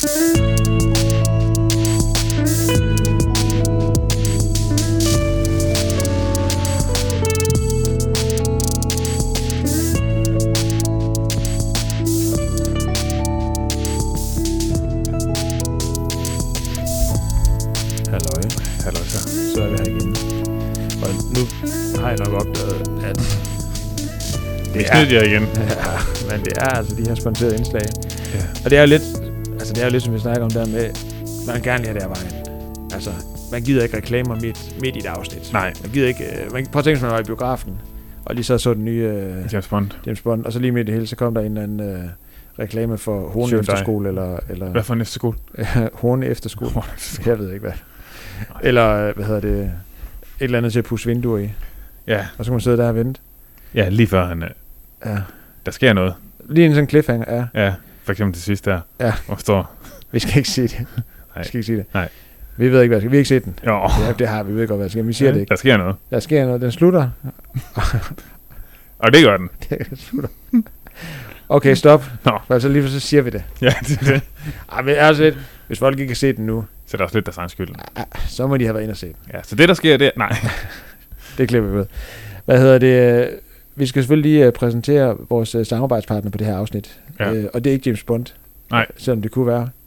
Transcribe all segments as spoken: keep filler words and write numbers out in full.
Vi snyder igen. Ja, men det er altså de her sponsorerede indslag. Ja. Og det er jo lidt, altså det er jo lidt som vi snakker om der med, man gerne lige have der vejen. Altså, man gider ikke reklamer midt, midt i et afsnit. Nej. Man gider ikke, man, prøv at tænke, hvis man var i biografen, og lige så så den nye uh, James Bond. James Bond, og så lige midt i det hele, så kom der en eller anden uh, reklame for Horne Efterskole, eller, eller... Hvad for en efterskole? Horne Efterskole. Jeg ved ikke hvad. Nej. Eller, hvad hedder det, et eller andet til at pusse vinduer i. Ja. Og så kan man sidde der og vente. Ja, lige før han... Ja. Der sker noget. Lige en sådan cliffhanger, ja. Ja, for eksempel til sidst der. Ja. Hvor står... Vi skal ikke sige det. Nej. Vi skal ikke sige det. Nej. Vi ved ikke, hvad der skal. Vi har ikke set den. Jo. Ja, det har vi. Vi ved godt, hvad der skal. Vi siger ja, det ikke. Der sker noget. Der sker noget. Den slutter. Og det gør den. Det slutter. Okay, stop. Nå. For altså lige så siger vi det. Ja, det er det. Ej, men altså lidt, hvis folk ikke kan se den nu, så er der også lidt deres egen skyld. Så må de have været inde og se den. Ja, så det der sker, det er... Nej. Det klipper vi ud. Hvad hedder det? Vi skal selvfølgelig lige præsentere vores uh, samarbejdspartner på det her afsnit. Ja. Uh, og det er ikke James Bond. Nej. Selvom det kunne være.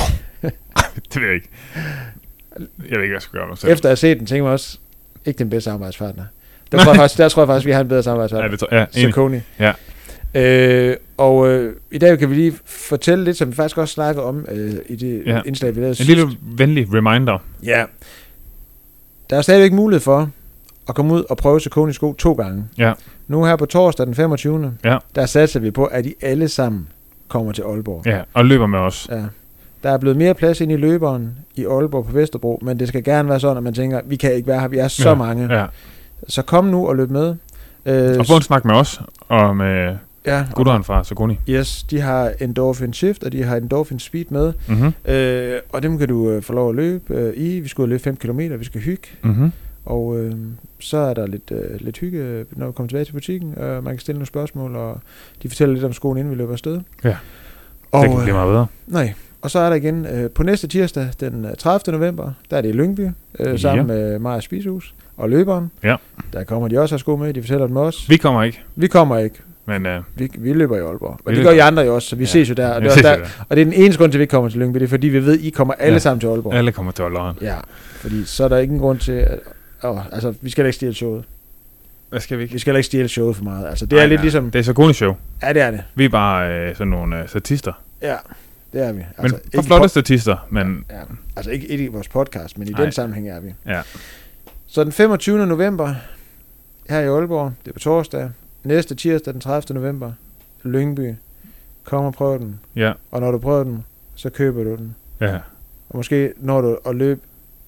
Det ved jeg ikke. Jeg ved ikke, hvad jeg skal gøre mig selv. Efter at have set den, tænker jeg også, ikke den bedste samarbejdspartner. Der tror, jeg faktisk, der tror jeg faktisk, vi har en bedre samarbejdspartner. Ja, det tror jeg. Ja, Saucony. Ja. Øh, og øh, i dag kan vi lige fortælle lidt, som vi faktisk også snakker om øh, i det ja. indslag, vi lavede sidst. En lille venlig reminder. Ja. Der er stadigvæk mulighed for at komme ud og prøve Saucony sko to gange. Ja. Nu her på torsdag den femogtyvende Ja. Der satser vi på, at de alle sammen kommer til Aalborg. Ja, og løber med os. Ja. Der er blevet mere plads ind i løberen i Aalborg på Vesterbro, men det skal gerne være sådan, at man tænker, vi kan ikke være her, vi er så ja. mange. Ja. Så kom nu og løb med. Øh, og få en snak med os, og med ja, gutteren fra Saucony. Yes, de har Endorphin Shift, og de har Endorphin Speed med. Mm-hmm. Øh, og dem kan du øh, få lov at løbe øh, i. Vi skal løbe fem kilometer, vi skal hygge. Mm-hmm. Og øh, så er der lidt, øh, lidt hygge, når vi kommer tilbage til butikken. Øh, man kan stille nogle spørgsmål, og de fortæller lidt om skoen, inden vi løber afsted. Ja, og, det kan blive meget bedre. Nej, og så er der igen øh, på næste tirsdag, den tredivte november, der er det i Lyngby, øh, sammen ja. med Maja Spisehus og løberen. Ja. Der kommer de også at sko med, de fortæller dem også. Vi kommer ikke. Vi kommer ikke. Men uh, vi, vi løber i Aalborg. Og det gør I andre jo også, så vi ja. ses jo der. Og det, er der, og det er den eneste grund til, at vi ikke kommer til Lyngby. Det er fordi, vi ved, I kommer alle ja. sammen til Aalborg. Alle kommer til Aalborg. Ja, fordi så er der ikke en grund til... At, åh, altså, vi skal da ikke stjæle showet. Hvad skal vi ikke? Vi skal da ikke stjæle showet for meget. Altså, det Ej, er lidt nej. ligesom... Det er Saucony show. Ja, det er det. Vi er bare øh, sådan nogle øh, statister. Ja, det er vi. Altså, men for flotte statister, men... Ja, ja. Altså ikke, ikke i vores podcast, men i Nej. den sammenhæng er vi. Ja. Så den femogtyvende november her i Aalborg, det er på torsdag. Næste tirsdag, den tredivte november, Lyngby. Kom og prøv den. Ja. Og når du prøver den, så køber du den. Ja. Og måske når du at løbe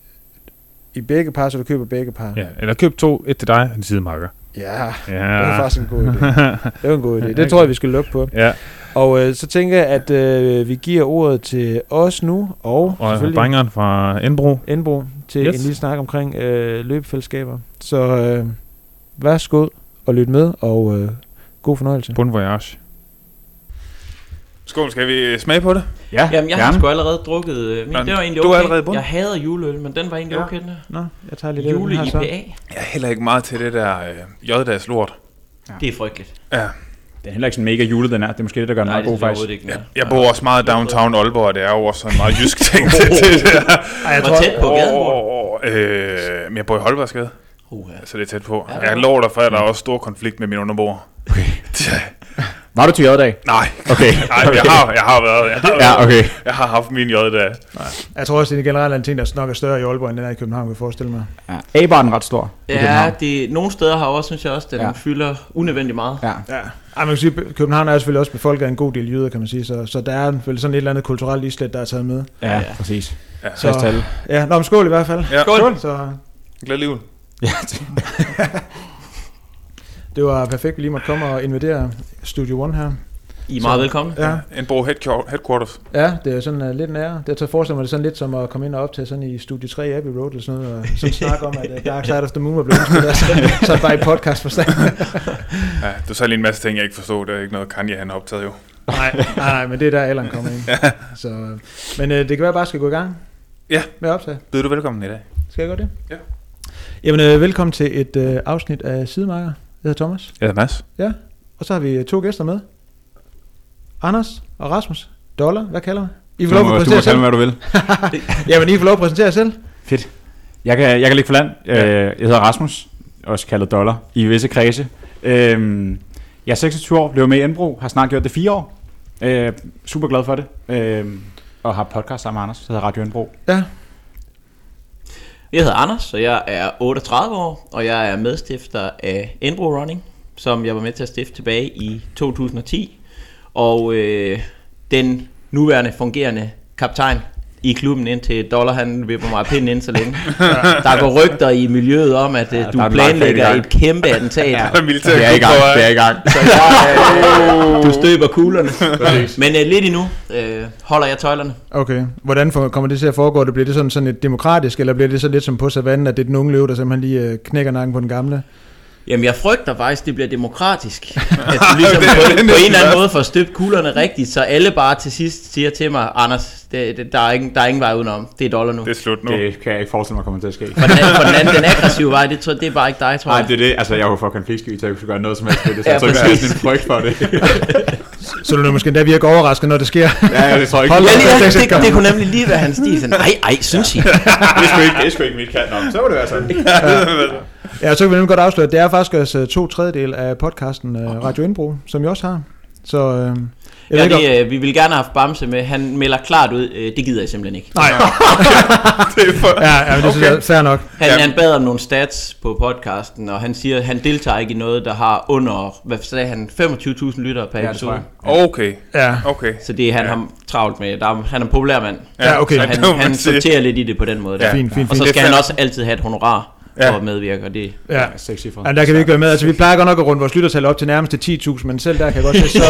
i begge par, så du køber begge par. Ja, eller køb to, et til dig og en sidemarker. Ja, ja, det er faktisk en god idé. Det er en god idé. Det tror jeg, vi skal lukke på. Ja. Og øh, så tænker jeg, at øh, vi giver ordet til os nu, og, og drengeren fra Indbro. Indbro, til yes. en lille snak omkring øh, løbefællesskaber. Så øh, værsgo og lyt med, og øh, god fornøjelse. Bon voyage. Skål, skal vi smage på det? Ja, jamen jeg gerne. har sgu allerede drukket øh, min, Nå, det var egentlig du okay. Er allerede jeg hader juleøl, men den var egentlig ja. okay. Der. Nå, jeg tager lidt jule I P A. Jeg er heller ikke meget til det der øh, J-dags lort. Ja. Det er frygteligt. Ja. Det er heller ikke sådan mega julet, den er. Det er måske det, der gør den meget god faktisk. Ikke, jeg, jeg bor også meget downtown Aalborg, og det er jo også en meget jysk ting til det der. Ej, jeg tror tæt på gaden, hvor øh, men jeg bor i Holbergsgade. Uh, ja. Så det er tæt på. Ja, jeg lover dig for, at der er også stor konflikt med min underbord. Okay. Var du til J-dag? Nej. Okay. Nej, jeg har, jeg har været. Jeg har, ja, okay. Jeg har haft min J-dag. Jeg tror også, det er generelt en ting, der nok er større i Aalborg, end den er i København, kan jeg forestille mig. Ja. A-baren er ret stor. Ja, det, nogle steder har også, synes jeg også, den ja. fylder unødvendigt meget. Ja. Ja. Ej, man kan sige, København er selvfølgelig også befolket af en god del jyder, kan man sige, så, så der er vel sådan et eller andet kulturelt islet, der er taget med. Ja, ja. præcis. Ja. Så, ja, nå, men skål i hvert fald. Ja. Skål. skål. Så. Glædelig jul. Ja, det var perfekt, vi lige måtte komme og invadere Studio One her. I er meget velkommen. Ja. Indbro headquarters. Ja, det er sådan uh, lidt nære. Det tager forestille mig, det er sådan lidt som at komme ind og optage sådan i Studie tre Abbey Road, eller sådan noget, og sådan snakke om, at uh, Dark Side of the Moon var blevet indspillet, så, så bare i podcast forstand. Ja, du sagde lige en masse ting, jeg ikke forstod. Det er ikke noget Kanye, han har optaget jo. Nej, nej, nej, men det er der, Allan kommer ind. Ja. Så, men øh, det kan være, at jeg bare skal gå i gang ja. med at optage. Byder du velkommen i dag? Skal jeg gøre det? Ja. Jamen, øh, velkommen til et øh, afsnit af Sidemarker. Jeg hedder Thomas. Jeg hedder Mads. Ja, og så har vi to gæster med. Anders og Rasmus. Dollar, hvad kalder man? I får lov at præsentere jer selv. Du må hvad du vil. Jamen, I får lov at præsentere jer selv. Fedt. Jeg kan, jeg kan ligge for land. Ja. Jeg hedder Rasmus, også kaldet Dollar, i visse kredse. Øhm, jeg er seksogtyve år, blev med i Enbro, har snart gjort det fire år. Øh, super glad for det. Øh, og har podcast sammen med Anders, der hedder Radio Enbro. Ja. Jeg hedder Anders, og jeg er otteogtredive år, og jeg er medstifter af Enbro Running, som jeg var med til at stifte tilbage i to tusind og ti. Og øh, den nuværende fungerende kaptajn i klubben, indtil Dollar han vipper mig pinden ind så længe. Ja. Der går rygter i miljøet om, at ja, du planlægger et kæmpe attentat. Ja, det er i gang, det er i gang. Så jeg, øh, du støber kuglerne. Men øh, lidt endnu øh, holder jeg tøjlerne. Okay. Hvordan for, kommer det til at foregå? Det bliver det sådan, sådan et demokratisk, eller bliver det så lidt som på savannen, at det er den unge løve, der simpelthen lige øh, knækker nakken på den gamle? Jamen jeg frygter faktisk, det bliver demokratisk. At du ligesom på, på en eller anden måde får støbt kuglerne rigtigt, så alle bare til sidst siger til mig, Anders, det, det, der, er ingen, der er ingen vej udenom. Det er Dollar nu. Det er slut nu. Det kan jeg ikke forestille mig kommer til at ske. For den, for den anden, den aggressive vej, det, tror, det er bare ikke dig, tror jeg. Nej, det er det. Altså jeg er jo for konfliktsky, så jeg kunne gøre noget som helst med det. Så ja, jeg tror ikke, jeg har sådan en frygt for det. Så du måske endda virker overrasket, når det sker. Ja, det tror jeg ikke. Hold ja, det, det, det kunne nemlig lige være hans stil. Sådan, ej, ej, synes I? Det er sgu ikke, det er sgu ikke mit kant nok. Så må det være sådan. Ja, ja, så kan vi nemlig godt afsløre, at det er faktisk også to tredjedel af podcasten uh, Radio Indbro, som vi også har. Så uh, jeg ja, ved det, øh, vi ville gerne have haft Bamse med. Han melder klart ud, øh, det gider jeg simpelthen ikke. Nej. Det er for... Ja, ja, men det okay. er fair nok. Han, ja. han bad om nogle stats på podcasten, og han siger, at han deltager ikke i noget, der har under, hvad sagde han, femogtyve tusind lyttere per episode. Ja, okay. Ja. Okay. Så det er han ja. har travlt med. Der er, han er en populær mand. Ja, okay. Så han, han sorterer lidt i det på den måde. Der. Ja. Fint, fint, og så fint. skal han også altid have et honorar. Ja. For at medvirke, og det ja. er sexy for. Ja, der kan vi ikke være med. Altså, vi plejer godt nok at runde vores lyttertal op til nærmest til ti tusind, men selv der kan jeg godt se, så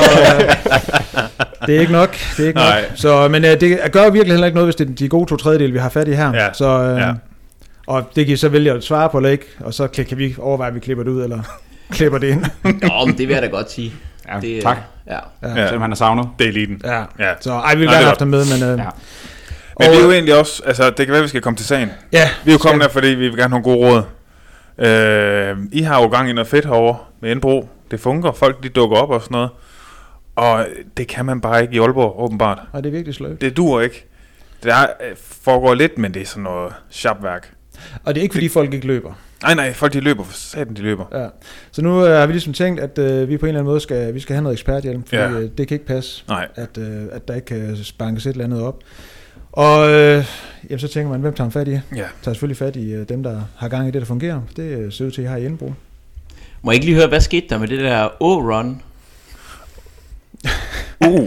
uh, det er ikke nok. Det er ikke nok. Så, men uh, det gør virkelig heller ikke noget, hvis det er de gode to tredjedel, vi har fat i her. Ja. Så, uh, ja. Og det kan I så vælge at svare på eller ikke, og så kan, kan vi overveje, at vi klipper det ud, eller klipper det ind. Nå, men det vil jeg da godt sige. Ja, det, tak. Ja. Ja. Selvom han er savnet. Det er eliten. Ja. Ja. Så ej, vi vil gerne have haft dem med, men... Uh, ja. Men vi er jo egentlig også, altså det kan være, vi skal komme til sagen. Ja. Vi er jo kommet der, fordi vi vil gerne have nogle gode råd. Øh, I har jo gang i noget fedt herovre med Enbro. Det fungerer, folk de dukker op og sådan noget. Og det kan man bare ikke i Aalborg, åbenbart. Og det er virkelig sløjt. Det duer ikke. Det er, foregår lidt, men det er sådan noget sharpværk. Og det er ikke fordi folk ikke løber. Nej, nej, folk de løber, for satan de løber. Ja. Så nu øh, har vi ligesom tænkt, at øh, vi på en eller anden måde skal, vi skal have noget eksperthjælp, fordi ja. øh, det kan ikke passe, nej. At, øh, at der ikke kan bankes et eller andet op. Og øh, jamen, så tænker man, hvem tager fat i? Ja. Tager selvfølgelig fat i øh, dem, der har gang i det, der fungerer. Det øh, ser ud til, at I har i Indbro. Må jeg ikke lige høre, hvad skete der med det der O-run? Uh.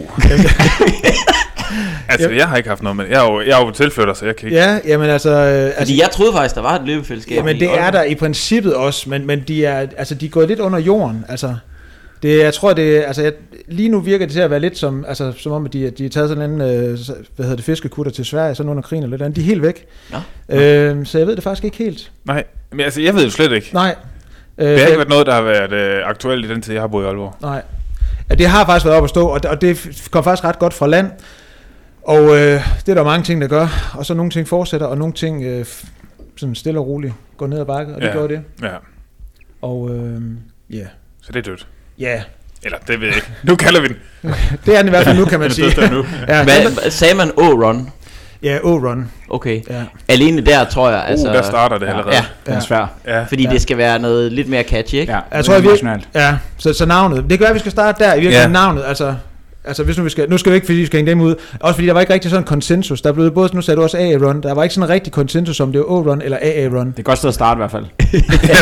Altså, jeg har ikke haft noget med det. Jeg er jo, jeg er jo tilflytter, så jeg kan ikke... Ja, jamen altså... Øh, Fordi altså, jeg troede faktisk, der var et løbefællesskab. Jamen det er der i princippet også, men, men de, er, altså, de er gået lidt under jorden, altså... Det, jeg tror, det altså jeg, lige nu virker det til at være lidt som, altså som om, at de, de har taget sådan en, øh, hvad hedder det, fiskekutter til Sverige, sådan under krigen eller lidt andet. De er helt væk. Ja. Øh, så jeg ved det faktisk ikke helt. Nej, men altså, jeg ved det slet ikke. Nej. Øh, det har ikke været noget, der har været øh, aktuelt i den tid, jeg har boet i Aalborg. Nej. Ja, det har faktisk været op at stå, og det, og det kom faktisk ret godt fra land. Og øh, det er der mange ting, der gør. Og så nogle ting fortsætter, og nogle ting øh, sådan stille og roligt går ned ad bakke, og det ja. gør det. Ja. Og øh, ja. Yeah. Så det er dødt. Ja. Yeah. Eller, det ved jeg ikke. Nu kalder vi den. Det er den i hvert fald nu, kan man sige. Nu. Ja. Hvad, sagde man O-run? Ja, O-run. Okay. Ja. Alene der, tror jeg. Altså, uh, der starter det ja. allerede. Ja. Det er svært. Ja. Fordi ja. det skal være noget lidt mere catchy, ikke? Ja, jeg tror, jeg vi, ja så, så navnet. Det gør, at vi skal starte der i virkeligheden ja. navnet. Altså, altså hvis nu vi skal, nu skal vi ikke, fordi vi skal hænge dem ud. Også fordi der var ikke rigtig sådan en konsensus. Der blev både, nu sagde du også A A-run. Der var ikke sådan en rigtig konsensus om det var O-run eller A A-run. Det er et godt sted at starte i hvert fald. Jeg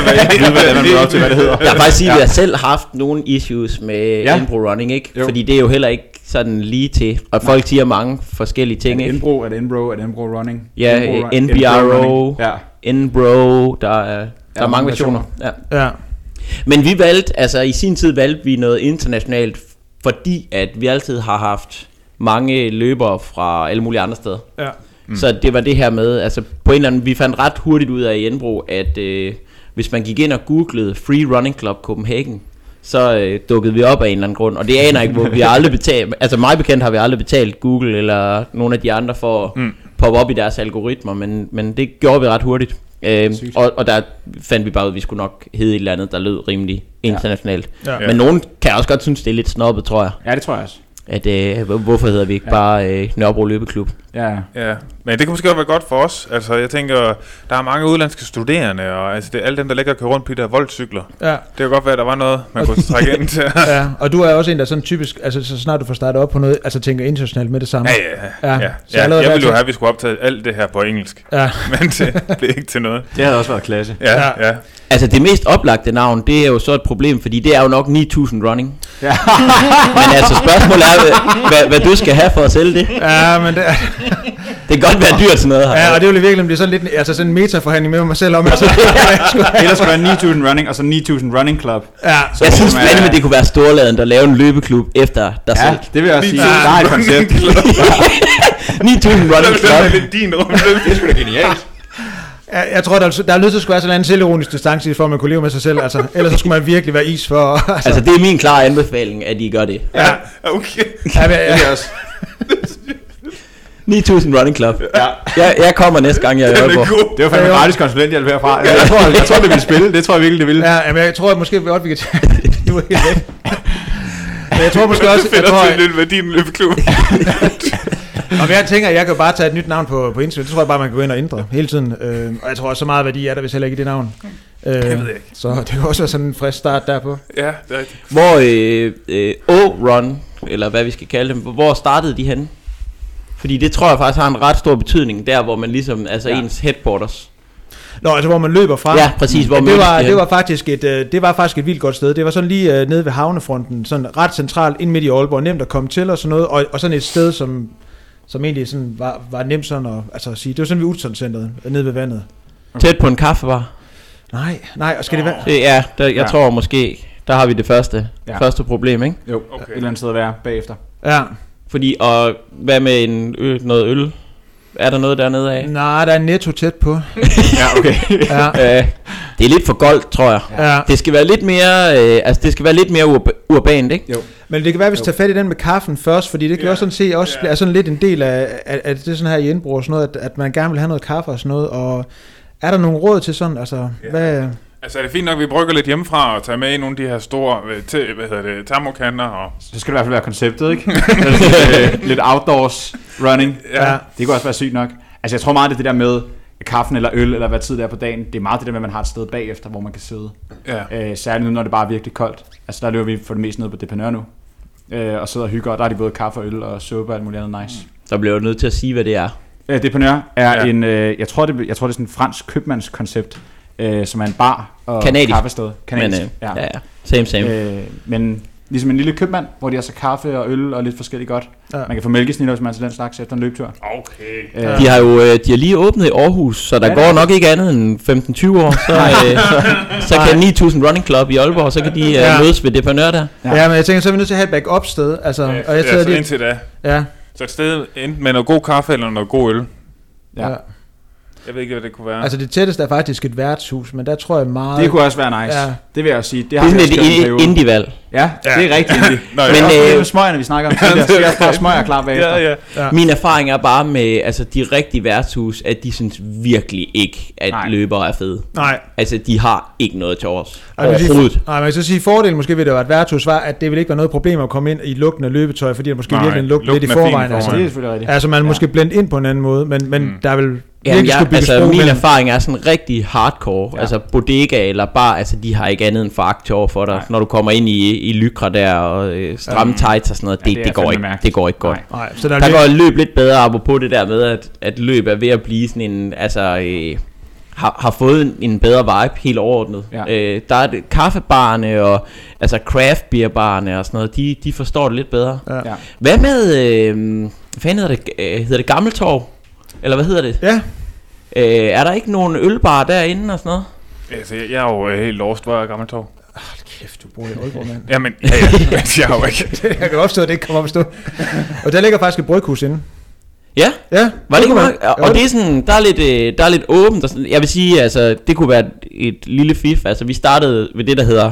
har faktisk sige, at jeg selv har haft nogle issues med ja. Enbro running, ikke? Jo. Fordi det er jo heller ikke sådan lige til. Og folk Nej. siger mange forskellige ting, ikke? Enbro, er det Enbro, er det Enbro running? Ja, N B R O, ja. Enbro, der er, der ja, er mange versioner. Ja. Ja. Men vi valgte, altså i sin tid valgte vi noget internationalt, fordi at vi altid har haft mange løbere fra alle mulige andre steder. Ja. Mm. Så det var det her med, altså på en eller anden, vi fandt ret hurtigt ud af i Enbro, at øh, hvis man gik ind og googlede Free Running Club Copenhagen, så øh, dukkede vi op af en eller anden grund, og det aner ikke, hvor vi har aldrig betalt, altså mig bekendt har vi aldrig betalt Google eller nogle af de andre for at mm. poppe op i deres algoritmer, men, men det gjorde vi ret hurtigt. Øh, og, og der fandt vi bare ud, at vi skulle nok hedde et eller andet, der lød rimelig internationalt. Ja. Ja. Men nogen kan også godt synes, det er lidt snobbet, tror jeg. Ja, det tror jeg også. At, øh, hvorfor hedder vi ikke ja. bare øh, Nørrebro Løbeklub? Ja. ja, men det kan måske også være godt for os. Altså, jeg tænker, der er mange udlandske studerende, og altså, det er alle dem, der ligger og kører rundt på de der voldcykler. Ja. Det kan godt være, at der var noget, man kunne trække ind til. Ja, og du er også en, der sådan typisk, altså så snart du får startet op på noget, altså tænker internationalt med det samme. Ja, ja, ja. ja. ja. Jeg, jeg ville jo have, at vi skulle optage alt det her på engelsk. Ja. Men det blev ikke til noget. Det havde også været klasse. Ja, ja. ja. Altså det mest oplagte navn, det er jo så et problem, fordi det er jo nok ni tusind running. Ja. Men altså spørgsmålet er, hvad, hvad du skal have for at sælge det. Ja, men det er... Det kan godt være dyrt sådan noget her. Ja, og det vil virkelig blive sådan lidt, altså sådan en metaforhandling med mig selv om. Altså, ellers skulle være ni tusind running, og så ni tusind running club. Ja. Så jeg synes fandme, det kunne være storladen, der lave en løbeklub efter dig selv. Ja, det vil jeg også sige. Der er et koncept. ni tusind running club. Det er din rum. Det er sgu da genialt. Jeg, jeg tror, der, der er nødt til at skulle være sådan en selvironisk distance, for at man kunne leve med sig selv. Altså, ellers så skulle man virkelig være is for... Altså, altså det er min klare anbefaling, at I gør det. Ja, okay. Ja, men, ja. Det er også... ni tusind running club. Ja. Jeg, jeg kommer næste gang, jeg er på. Det var fandme gratis konsulenthjælp herfra. Jeg, jeg, tror, jeg tror, det ville spille. Det tror jeg virkelig, det ville. Ja, men jeg tror at måske godt, vi kan tage... Du er helt væk. Men jeg tror måske også... Jeg tror, til lidt med din løbeklub. Og jeg tænker, at jeg kan bare tage et nyt navn på, på Instagram. Det tror jeg bare, man kan gå ind og ændre hele tiden. Øh, og jeg tror også, så meget værdi er der, hvis heller ikke i det navn. Øh, det ved jeg ikke. Så det kan også være sådan en frisk start derpå. Ja, det er rigtigt. Hvor øh, øh, O-Run, eller hvad vi skal kalde dem, hvor startede de henne? Fordi det tror jeg faktisk har en ret stor betydning, der hvor man ligesom, altså ja. ens headquarters. Nå, altså hvor man løber fra. Ja, præcis. Hvor ja, det, var, det, var faktisk et, uh, det var faktisk et vildt godt sted. Det var sådan lige uh, nede ved havnefronten, sådan ret centralt ind midt i Aalborg, nemt at komme til og sådan noget, og, og sådan et sted, som, som egentlig sådan var, var nemt sådan at, altså at sige. Det var sådan ved Utzon-centret, nede ved vandet. Tæt på en kaffebar? Nej, nej, og skal det være? Ja, der, jeg ja. tror måske, der har vi det første, ja. første problem, ikke? Jo, okay. Et eller andet sted at være bagefter. Ja. Fordi, og hvad med en ø, noget øl? Er der noget dernede af? Nej, der er Netto tæt på. Ja, okay. Ja. Øh, det er lidt for goldt, tror jeg. Ja. Det skal være lidt mere, øh, altså det skal være lidt mere ur- urbant, ikke? Jo. Men det kan være, hvis vi tager fat i den med kaffen først, fordi det kan ja. også sådan se også ja. er sådan lidt en del af, af, af det sådan her i Indbro og sådan noget, at, at man gerne vil have noget kaffe og sådan noget. Og er der nogle råd til sådan, altså ja. hvad? Altså er det fint nok, at vi brygger lidt hjemmefra og tager med i nogle af de her store te, hvad hedder det, termokanner og... Så skal det i hvert fald være konceptet, ikke? Lidt outdoors running. Ja. Det kunne også være sygt nok. Altså jeg tror meget, det er det der med kaffen eller øl, eller hvad tid det er på dagen. Det er meget det der med, at man har et sted bagefter, hvor man kan sidde. Ja. Øh, særligt nu, når det bare er virkelig koldt. Altså der løber vi for det meste ned på Depanør nu. Øh, og sidder og hygger, og der er de både kaffe og øl og suppe og alt muligt andet nice. Så bliver jeg nødt til at sige, hvad det er. Øh, Depanør er ja. en, øh, jeg, tror, det, jeg tror det er sådan en fransk købmandskoncept. Øh, som er en bar og Kanadisk. kaffested. Kanadisk. Men, øh, ja. ja, ja. Same, same. Øh, men ligesom en lille købmand, hvor de har så kaffe og øl og lidt forskelligt godt. Ja. Man kan få mælkesnit også, man til den slags efter en løbetur. Okay. Øh. De har jo de har lige åbnet i Aarhus, så der ja, går nok ikke andet end femten til tyve år. Så, øh, så, så kan ni tusind Running Club i Aalborg, så kan de øh, ja. mødes ved Depanør der. Ja. ja, men jeg tænker, så er vi nødt til at have et backup sted. Altså, ja, og jeg ja, så indtil da. Ja. Så et sted enten med noget god kaffe eller noget god øl. Ja. ja. Jeg ved ikke, hvad det kunne være. Altså det tætteste er faktisk et værtshus, men der tror jeg meget... Det kunne også være nice. Ja. Det vil jeg også sige. Det, det er sådan et indie-valg. Ja, ja, det er rigtigt indie. Nå, ja. Men det er jo smøgerne, vi snakker om. Der skal også bare smøger klar bagefter. Ja, ja. Ja. Min erfaring er bare med altså, de rigtige værtshus, at de synes virkelig ikke, at Nej. løbere er fede. Nej. Altså de har ikke noget til os. Overhovedet. Nej, man kan så sige, fordelen måske ved det var et værtshus var, at det ville ikke være noget problem at komme ind i lugtende løbetøj, fordi der måske virkelig lugter lidt i forvejen. Altså, det er selvfølgelig rigtigt. Altså man måske blende ind på en anden måde, men, men der vil... Jamen, jeg, altså min mellem. erfaring er sådan rigtig hardcore. Ja. Altså bodega eller bar, altså de har ikke andet end foragt over for dig. Nej. Når du kommer ind i, i lykra der og øh, stramme ja. tights og sådan noget, det, ja, det, det, går ikke, det går ikke godt. Nej. Så der, der går løb lidt bedre, apropos det der med at, at løb er ved at blive sådan en, altså øh, har, har fået en, en bedre vibe helt overordnet. Ja. Øh, der er det, kaffebarne og altså craft beer barne og sådan noget, de, de forstår det lidt bedre. Ja. Ja. Hvad med øh, hvad fanden hedder det, øh, hedder det Gammeltorv? Eller hvad hedder det? Ja. Øh, er der ikke nogen ølbar derinde og sådan noget? Altså, jeg, jeg er jo helt lost, hvor er Gammeltorv? Ah, kæft, du bor i Aalborg, mand. Jamen, ja, ja, jeg har jo ikke. Jeg kan opstå, at det ikke kommer op at stå. Og der ligger faktisk et bryghus inde. Ja? Ja. Var det ikke meget? Og, og det er sådan, der er lidt, der er lidt åbent. Og sådan, jeg vil sige, altså, det kunne være et, et lille fif. Altså, vi startede ved det, der hedder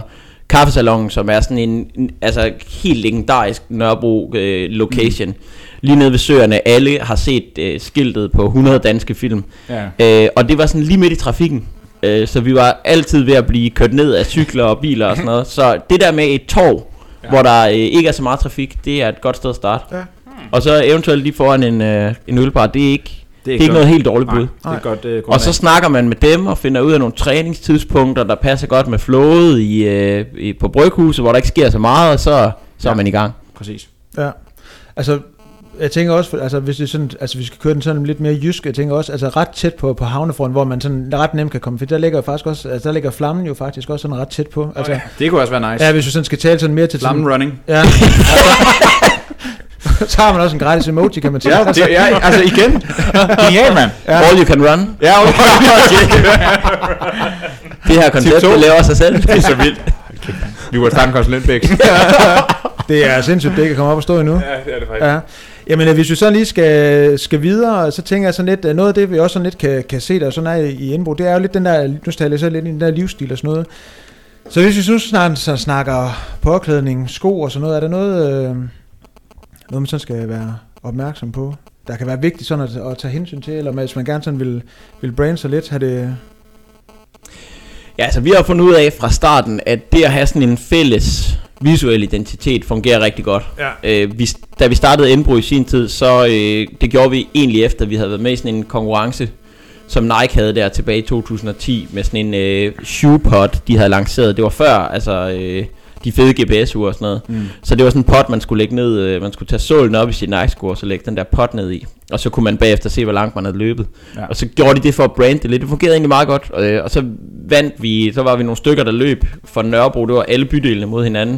kaffesalongen, som er sådan en, en altså helt legendarisk Nørrebro øh, location. Mm. Lige nede ved søerne, alle har set øh, skiltet på hundrede danske film. Ja. Øh, og det var sådan lige midt i trafikken. Øh, så vi var altid ved at blive kørt ned af cykler og biler og sådan noget. Så det der med et torv, ja. hvor der øh, ikke er så meget trafik, det er et godt sted at starte. Ja. Og så eventuelt lige foran en, øh, en ølbar, det er ikke... Det er ikke, det er ikke noget helt dårligt bud. Nej, det er godt, uh, og så snakker man med dem og finder ud af nogle træningstidspunkter, der passer godt med flowet i, uh, i, på bryghuset, hvor der ikke sker så meget, og så, så ja. er man i gang. Præcis. Ja, altså jeg tænker også, altså hvis det sådan, altså vi skal køre den sådan lidt mere jysk, jeg tænker også, altså ret tæt på på havnefronten, hvor man sådan ret nemt kan komme, for der ligger jo faktisk også, altså der ligger Flammen jo faktisk også sådan ret tæt på. Altså, oh, ja. Det kunne også være nice. Ja, hvis vi sådan skal tale sådan mere til Flammen sådan, running. Ja. Så har man også en gratis emoji, kan man sige. Ja, det, ja, altså igen. Genial, mand. Ja. All you can run. Ja, all you can run. Det her koncept, det laver sig selv. Det er så vildt. Okay. Vi var starte en konsulentbæks. Det er sindssygt, det ikke kan komme op og stå endnu. Ja, det er det faktisk. Ja. Jamen, hvis vi så lige skal, skal videre, så tænker jeg sådan lidt, noget af det, vi også sådan lidt kan, kan se der sådan er i indbrug, det er jo lidt den der, nu taler jeg så lidt i den der livsstil og sådan noget. Så hvis vi nu snart så snakker påklædning, sko og sådan noget, er der noget... Øh, noget man sådan skal være opmærksom på, der kan være vigtigt sådan at, at tage hensyn til, eller hvis man gerne sådan vil, vil brande sig lidt, have det... Ja, altså vi har fundet ud af fra starten, at det at have sådan en fælles visuel identitet fungerer rigtig godt. Ja. Øh, vi, da vi startede Indbrug i sin tid, så øh, det gjorde vi egentlig efter, vi havde været med i sådan en konkurrence, som Nike havde der tilbage i to tusind og ti, med sådan en øh, shoepod, de havde lanceret. Det var før, altså... Øh, de fede G P S-ure og sådan noget. Mm. Så det var sådan en pot, man skulle lægge ned, øh, man skulle tage sålen op i sit Nike-sko, og så lægge den der pot ned i. Og så kunne man bagefter se, hvor langt man havde løbet. Ja. Og så gjorde de det for at brande det lidt. Det fungerede egentlig meget godt. Og, øh, og så vandt vi, så var vi nogle stykker, der løb for Nørrebro. Det var alle bydelene mod hinanden.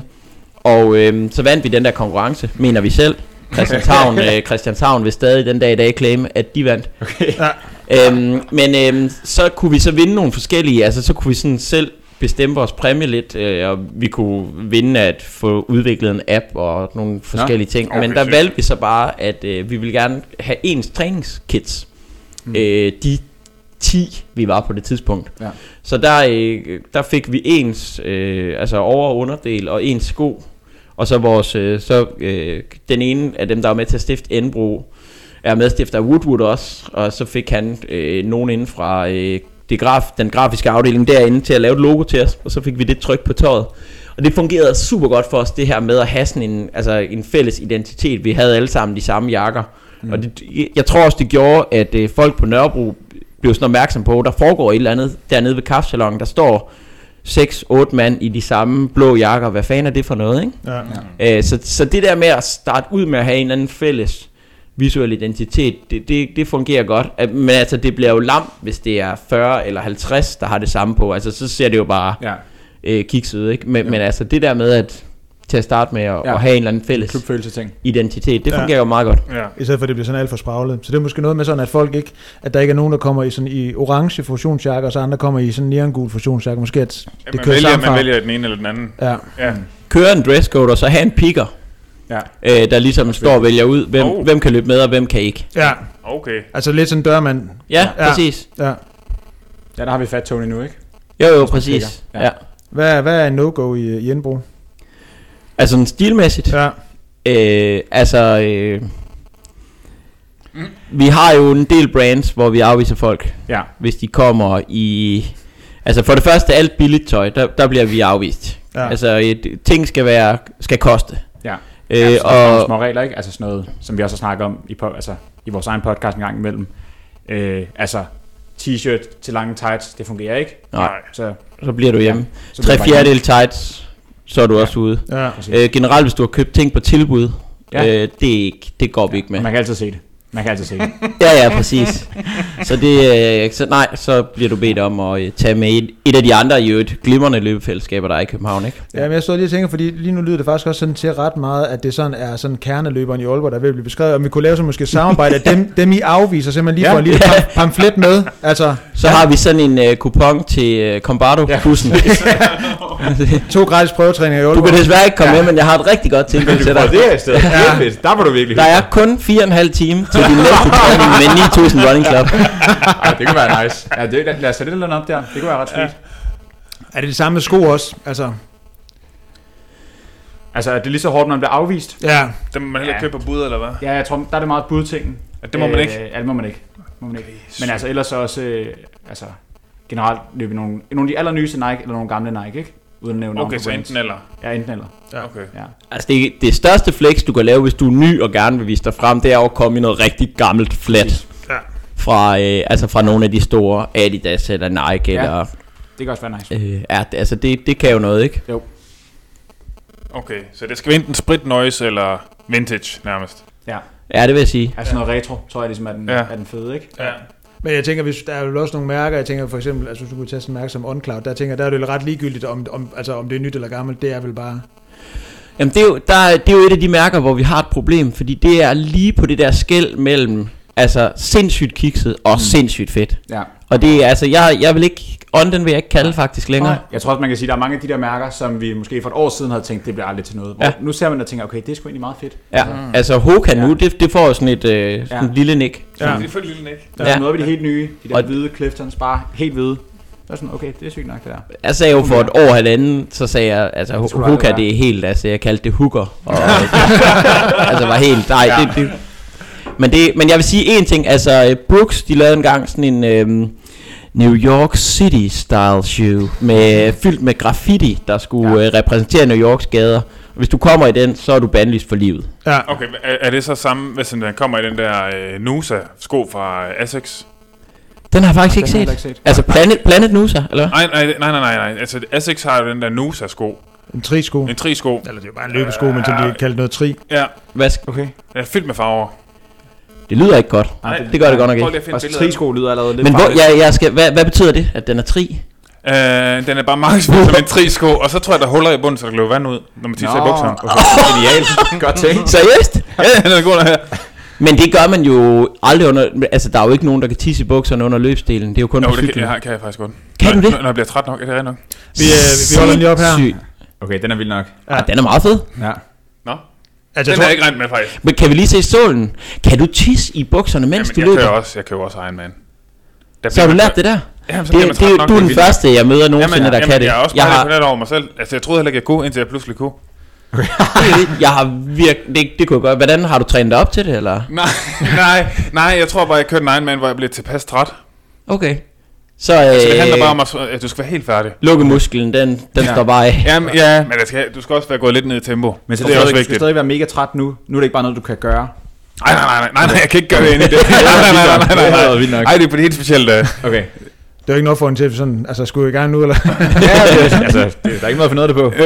Og øh, så vandt vi den der konkurrence, mener vi selv. Christianshavn, øh, Christianshavn vil stadig den dag i dag claim, at de vandt. Okay. Ja. Øhm, men øh, så kunne vi så vinde nogle forskellige, altså så kunne vi sådan selv bestemme vores præmie lidt, øh, og vi kunne vinde at få udviklet en app og nogle forskellige ting. Okay, men der valgte vi så bare, at øh, vi ville gerne have ens træningskits. Mm. Øh, de ti, vi var på det tidspunkt. Ja. Så der, øh, der fik vi ens øh, altså over- og underdel og ens sko. Og så vores, øh, så øh, den ene af dem, der var med til at stifte Indbrug, er medstifter af Woodwood også. Og så fik han øh, nogen inden fra... Øh, Det graf, den grafiske afdeling derinde til at lave et logo til os, og så fik vi det tryk på tøjet. Og det fungerede super godt for os, det her med at have sådan en, altså en fælles identitet. Vi havde alle sammen de samme jakker. Mm. Og det, jeg tror også, det gjorde, at øh, folk på Nørrebro blev sådan opmærksom på, der foregår et eller andet dernede ved kaffesalongen. Der står seks otte mand i de samme blå jakker. Hvad fanden er det for noget, ikke? Ja, ja. Øh, så, så det der med at starte ud med at have en eller anden fælles visuel identitet, det, det, det fungerer godt. Men altså, det bliver jo lam, hvis det er fyrre eller halvtreds, der har det samme på. Altså, så ser det jo bare ja. øh, kikset ud, ikke? Men, ja. men altså, det der med at til at starte med at, ja. at have en eller anden fælles identitet, det fungerer ja. jo meget godt. Ja. I stedet for, at det bliver sådan alt for spraglet. Så det er måske noget med sådan, at folk ikke, at der ikke er nogen, der kommer i sådan i orange fusionsjakker, og så andre kommer i sådan neongul fusionsjakker. Måske at ja, det kører sammen. Man vælger den ene eller den anden. Ja. Ja. Køre en dresscode, og så have en picker. Ja. Øh, der ligesom står og vælger ud, hvem, oh. hvem kan løbe med, og hvem kan ikke. Ja, okay. Altså lidt sådan en dørmand. Ja, ja, præcis. Ja. Ja, der har vi fat Tony nu, ikke? Jo, jo, præcis. Ja. Ja. Hvad, hvad er en no-go i, i Indbrug? Altså en stilmæssigt? Ja. Øh, altså, øh, mm. vi har jo en del brands, hvor vi afviser folk, ja. hvis de kommer i... Altså for det første, alt billigt tøj, der, der bliver vi afvist. Ja. Altså, et, ting skal være skal koste. Ja. Øh, ja, så og små regler, ikke? Altså sådan noget, som vi også har snakket om i, altså, i vores egen podcast en gang imellem. Øh, altså, t-shirt til lange tights, det fungerer ikke. Nej, så, så bliver du hjemme. Ja, Tre fjerdedel tights, så er du ja. også ude. Ja. Øh, generelt, hvis du har købt ting på tilbud, ja. øh, det, er ikke, det går vi ikke med. Man kan altid se det. Man kan altid se det. ja, ja, præcis. Så det, øh, så nej, så bliver du bedt om at øh, tage med et, et af de andre i et glimrende løbefællesskaber, der er i København, ikke? Ja, men jeg står lige og tænker, fordi lige nu lyder det faktisk også sådan til ret meget, at det sådan er sådan kerneløberen i Aalborg, der vil blive beskrevet, om vi kunne lave så måske samarbejde, at dem, dem I afviser, simpelthen lige ja. får en lille pam- pamflet med. Altså, så ja. har vi sådan en uh, kupon til uh, Combardo-bussen. Ja. To gratis prøvetræninger i Aalborg. Du kan desværre ikke komme ja. med, men jeg har et rigtig godt tilbud til dig. Det er i stedet. Ja. Der var du virkelig. Der er kun fire og en halv time til din næste træning med ni tusind running club. Ja, det kunne være nice. Ja, det, lad os sætte det lidt op der. Det kunne være ret sweet. Ja. Er det det samme med sko også? Altså, Altså, er det lige så hårdt, når man bliver afvist? Ja. Det må man heller Ja. købe på bud, eller hvad? Ja, jeg tror, der er det meget budtingen. Ja, det må man ikke. Ja, det må man ikke. Må man ikke. Men altså, ellers så også, øh, altså, generelt løbe nogle, nogle af de allernyeste Nike, eller nogle gamle Nike, ikke? Uden at nævne navn Okay, på så brands. enten eller. Ja, enten eller. Okay. Ja. Altså det, det største flex du kan lave, hvis du er ny og gerne vil vise dig frem, det er at komme i noget rigtig gammelt flat. Ja. Fra, øh, altså fra nogle af de store Adidas eller Nike Ja. eller... Det kan også være nice. Øh, ja, det- altså det, det kan jo noget, ikke? Jo. Okay, så det skal være enten sprit noise eller vintage nærmest. Ja. Ja, det vil jeg sige. Altså noget retro, tror jeg ligesom er den, Ja. er den fede, ikke? Ja. Men jeg tænker, hvis der er jo også nogle mærker, jeg tænker for eksempel, altså hvis du kunne tage sådan en mærke som OnCloud, der tænker jeg, der er det jo ret ligegyldigt, om, om, altså, om det er nyt eller gammelt, det er vel bare... Jamen det er, jo, der, er- det er jo et af de mærker, hvor vi har et problem, fordi det er lige på det der skel mellem altså sindssygt kikset og mm. sindssygt fedt. Ja. Og det er altså, jeg, jeg vil ikke, ånden vil jeg ikke kalde faktisk længere. Nej. Jeg tror også, man kan sige, at der er mange af de der mærker, som vi måske for et år siden havde tænkt, det bliver aldrig til noget. Hvor Ja. nu ser man og tænker, okay, det er sgu egentlig meget fedt. Ja, altså Hoka nu, Ja. det, det får jo sådan et, øh, sådan Ja. et lille nik. Ja. Det er for lille, ikke? Der er Ja. noget af de helt nye, de der Og- hvide Cliftons, bare helt hvide. Så er sådan, okay, det er sygt nok det der. Jeg sagde jo for et år halvanden, så sagde jeg, altså Det skulle Hoka aldrig være. det er helt, altså jeg kaldte det hooker. Og, altså var helt, nej, Ja. det, det, men, det, men jeg vil sige en ting, altså øh, Brooks, de lavede engang sådan en øhm, New York City style shoe, med, fyldt med graffiti, der skulle Ja. ja. øh, repræsentere New Yorks gader. Hvis du kommer i den, så er du bandlyst for livet. Ja. Okay, er, er det så samme, hvis den kommer i den der øh, Nusa-sko fra øh, Asics? Den har jeg faktisk ikke Den har jeg set. heller ikke set. Altså Planet, Planet Nusa, eller hvad? Nej, nej, nej, nej, nej, nej. Altså Asics har jo den der Nusa-sko. En tri-sko. En tri-sko. Eller det er jo bare en løbesko, men så bliver det kaldt noget tri. Ja, Hvad sk- Okay. den er fyldt med farver. det lyder ikke godt. Nej, Det gør det godt nok Prøv ikke. lige at finde Og billeder af den. tri-sko lyder allerede lidt Men hvor, farligt. jeg, jeg skal, hvad, hvad betyder det, at den er tri? Øh, den er bare markedsført som en tri-sko, og så tror jeg, der er huller i bunden, så der løber vand ud, når man tisser i bukserne. okay. Genialt. Godt tænkt. Seriøst? Ja, den er god der her. Men det gør man jo aldrig under... Altså, der er jo ikke nogen, der kan tisse i bukserne under løbsdelen. Det er jo kun Jo, på det kan, cyklen. jeg, kan jeg faktisk godt. Kan når, du det? Når, når jeg bliver træt nok, er det rigtigt nok? Vi, øh, vi holder den lige op her. Sygt. Okay, den er vild nok. Ja. Den er meget fed. Ja. Nå, Altså, den jeg har tror, jeg ikke regnet med faktisk. Men kan vi lige se sålen? Kan du tisse i bukserne, mens Jamen, du jeg kører løber? også, jeg kører også Iron Man. Der Så har du bliver- lært det der? Jamen, så Det, bliver man det, træt det, nok, du er det den vildt. første, jeg møder nogensinde, Jamen, der jamen, kan det. jeg er også jeg meget har, imponeret over mig selv. Altså, jeg troede heller ikke, jeg kunne, indtil jeg pludselig kunne. jeg har virkelig... Det, det kunne jeg godt. Hvordan har du trænet dig op til det, eller? Nej, nej, nej, jeg tror bare, jeg kørte en Iron Man, hvor jeg blev tilpas træt. Okay. Så, øh, Altså, det handler bare om, at at du skal være helt færdig. lukkemusklen, den, den Ja. står bare af. Jamen, ja, men det skal, du skal også være gået lidt ned i tempo. Men så Og det er også også du skal vigtigt. stadig være mega træt nu. Nu er det ikke bare noget, du kan gøre. Nej, nej, nej, nej, nej, jeg kan ikke gøre det ind i det. Nej, nej, nej, nej, nej, nej, vildt nok. nej, det er på det helt specielt. Uh. Okay. det er jo ikke noget for en til sådan, altså skulle jeg i gang nu, eller? Ja, det, altså, det, der er ikke noget for noget det på.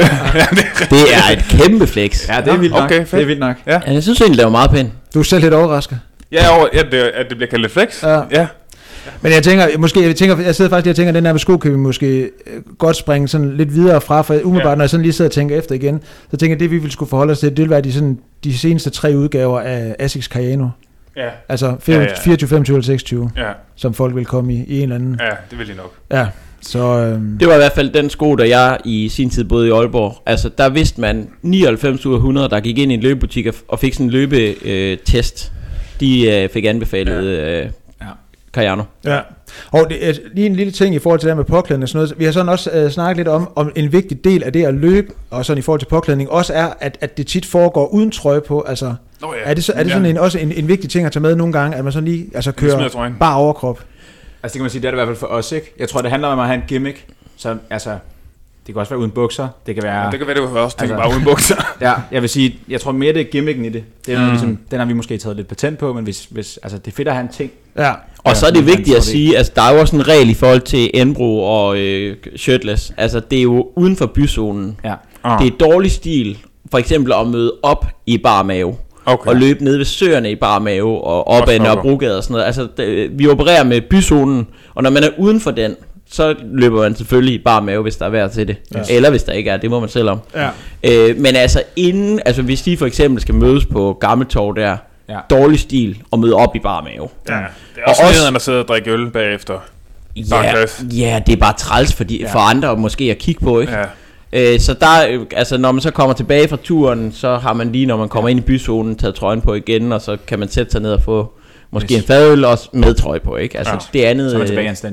Det er et kæmpe flex. Ja, det er vildt nok. Okay, fedt. Det er vildt nok. Ja, jeg synes egentlig, det var meget pænt. Du er selv lidt overrasket. Jeg er over, at det, at det bliver kaldt et flex. Ja. Ja. Men jeg tænker, måske, jeg, tænker, jeg sidder faktisk lige og tænker, at den her med sko kan vi måske øh, godt springe sådan lidt videre fra, for umiddelbart, Ja. når jeg sådan lige sidder og tænker efter igen, så tænker jeg, det vi ville skulle forholde os til, det ville være de, sådan, de seneste tre udgaver af Asics Kayano. Ja, Altså Ja, ja. fireogtyve, femogtyve eller seksogtyve, ja, som folk vil komme i, i en eller anden. ja, det vil de nok. Ja, så... Øhm, Det var i hvert fald den sko, der jeg i sin tid boede i Aalborg. Altså, der vidste man nioghalvfems ud af hundrede, der gik ind i en løbebutik og, og fik sådan en løbetest. Øh, test. De øh, fik anbefalet øh, Ja. Cayano. Ja, og det er lige en lille ting i forhold til det her med påklædning og sådan noget. Vi har sådan også øh, snakket lidt om, om en vigtig del af det at løbe, og sådan i forhold til påklædning, også er, at, at det tit foregår uden trøje på. Altså, Nå, ja. er det, så, er det sådan en, også en, en vigtig ting at tage med nogle gange, at man sådan lige altså, smider kører trøjen. bare overkrop? Altså det kan man sige, det er det i hvert fald for os, ikke? Jeg tror, det handler om at have en gimmick. Så altså, det kan også være uden bukser. Det kan være... Ja, det kan være, det var også tænke Altså- bare uden bukser. Ja, jeg vil sige, jeg tror mere det er gimmicken i det. Det er Mm. mm. ligesom, den har vi måske taget lidt patent på, men hvis, hvis, altså, det er fedt at have en ting. Ja, Og Ja, så er det det er vigtigt en at stor sige, altså der er jo også en regel i forhold til Enbro og øh, shirtless. Altså det er jo uden for byzonen. Ja. Ah, Det er dårlig stil, for eksempel at møde op i bar mave. okay. Og løbe ned ved søerne i bar mave og op Også ad nok. Nørrebrogade og sådan noget. Altså det, vi opererer med byzonen, og når man er uden for den, så løber man selvfølgelig i bar mave, hvis der er vejr til det. Yes. Eller hvis der ikke er, det må man selv om. ja. Øh, men altså inden, altså hvis de for eksempel skal mødes på Gammeltorv der, Ja. dårlig stil og møde op i bar mave. Ja, det er også Og også- nederen at sidde og drikke øl bagefter. Ja, Barclays. ja, det er bare træls for, de, Ja. for andre måske at kigge på, ikke? Ja. Øh, så der, øh, altså når man så kommer tilbage fra turen, så har man lige, når man kommer ind i byzonen, taget trøjen på igen, og så kan man sætte sig ned og få måske Yes. en fadøl og med trøje på, ikke? Altså Ja. det andet... Så er man øh, tilbage i anstændigheden.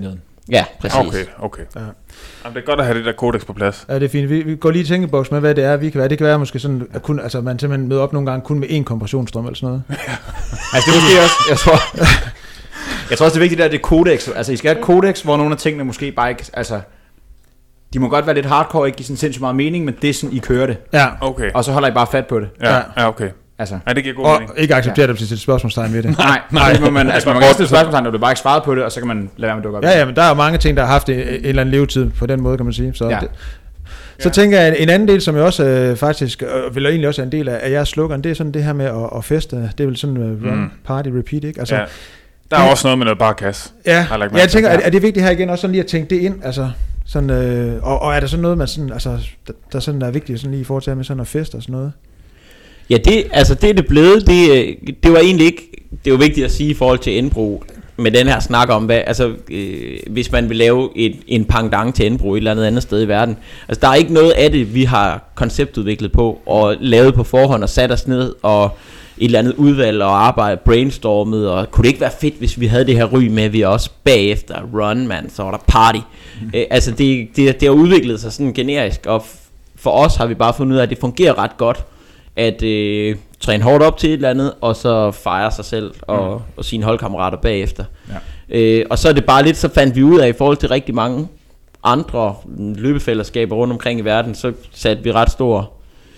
Ja, præcis. Okay, okay. Ja. Jamen, det er godt at have det der kodex på plads. Ja, det er fint. Vi, vi går lige i tænkeboks med, hvad det er, vi kan være. Det kan være måske sådan, at kun, altså, man simpelthen møder op nogle gange kun med én kompressionsstrøm eller sådan noget. Altså det er måske også, jeg tror, jeg tror også det er vigtigt, at det er kodex. Altså I skal have et kodex, hvor nogle af tingene måske bare ikke, altså de må godt være lidt hardcore, ikke give sådan sindssygt meget mening, men det er sådan, I kører det. Ja. Okay. Og så holder I bare fat på det. Ja, ja okay. Altså. Ja, det giver god og mening. ikke acceptere ja. det til et spørgsmålstegn ved det. nej, nej, det må man, altså man må godt stille spørgsmålstegn, når du bare ikke svaret på det, og så kan man lade være med at dukke op. Ja, ja, men der er jo mange ting, der har haft en, en eller anden levetid på den måde, kan man sige. Så, ja. det, så ja. tænker jeg, en anden del, som jeg også øh, faktisk, øh, vil egentlig også er en del af, af jeres slogan, det er sådan det her med at, at feste. Det er vel sådan uh, run, mm. party, repeat, ikke? Altså, ja. Der er ja. også noget med noget bare kasse. Ja, jeg, jeg tænker, er, er det vigtigt her igen også sådan lige at tænke det ind, altså... Sådan, øh, og, og er der sådan noget, man sådan, altså, der, der sådan er vigtigt sådan lige i forhold til med sådan at feste og sådan noget? Ja, det, altså det er det blevet. Det, det var egentlig ikke, det var vigtigt at sige i forhold til Indbro, med den her snak om, hvad, altså, øh, hvis man vil lave et, en pendant til Indbro et eller andet andet sted i verden. Altså der er ikke noget af det, vi har konceptudviklet på, og lavet på forhånd, og sat os ned, og et eller andet udvalg, og arbejde, brainstormet, og kunne det ikke være fedt, hvis vi havde det her ry med, at vi også bagefter run, man, så var der party. Mm. Øh, altså det, det, det har udviklet sig sådan generisk, og for os har vi bare fundet ud af, at det fungerer ret godt, at øh, træne hårdt op til et eller andet, og så fejre sig selv og, mm. og sine holdkammerater bagefter. Ja. Øh, og så er det bare lidt, så fandt vi ud af, i forhold til rigtig mange andre løbefællesskaber rundt omkring i verden, så satte vi ret stor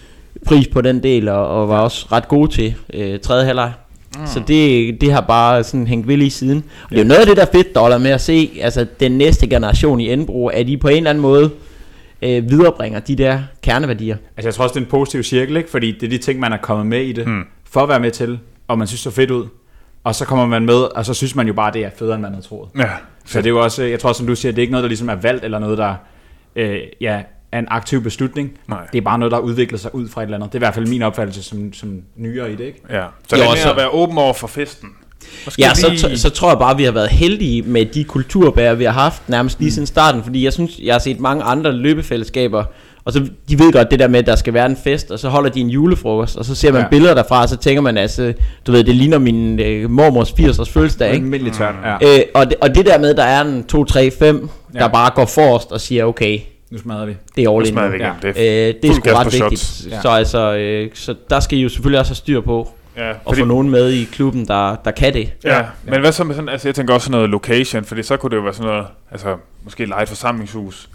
pris på den del, og, og var også ret gode til øh, tredje halvleg. Mm. Så det, det har bare sådan hængt ved lige siden. Og det er jo noget af det, der er fedt, Dollar, med at se, altså den næste generation i Indbro, at de på en eller anden måde øh, viderebringer de der kerneværdier. Altså jeg tror også, det er en positiv cirkel, ikke? Fordi det er de ting, man er kommet med i det, hmm. for at være med til, og man synes så fedt ud. Og så kommer man med, og så synes man jo bare, det er federe, end man havde troet. Ja, så det er jo også, jeg tror, som du siger, det er ikke noget, der ligesom er valgt, eller noget, der øh, ja, er en aktiv beslutning. Nej. Det er bare noget, der udvikler sig ud fra et eller andet. Det er i hvert fald min opfattelse som, som nyere i det, ikke? Ja. Så jo, det er så... at være åben over for festen. Måske ja, lige... så, så tror jeg bare, at vi har været heldige med de kulturbærer, vi har haft nærmest lige mm. siden starten. Fordi jeg synes, jeg har set mange andre løbefællesskaber, og så de ved godt det der med, at der skal være en fest, og så holder de en julefrokost, og så ser man ja. billeder derfra, og så tænker man, altså, du ved, det ligner min øh, mormors firs-års fødselsdag, ikke? Almindelig tørt, ja. øh, og, det, og det der med, der er en to, tre, fem, ja. der bare går forrest og siger, okay, nu smadrer vi. Det er all in. Ja. Det er, øh, det er sgu ret vigtigt. Ja. Så altså, øh, så der skal I jo selvfølgelig også have styr på. Ja, og få nogen med i klubben, der, der kan det. Ja, ja, men hvad så med sådan, altså jeg tænker også sådan noget location, fordi så kunne det jo være sådan noget, altså måske lege et forsamlingshus,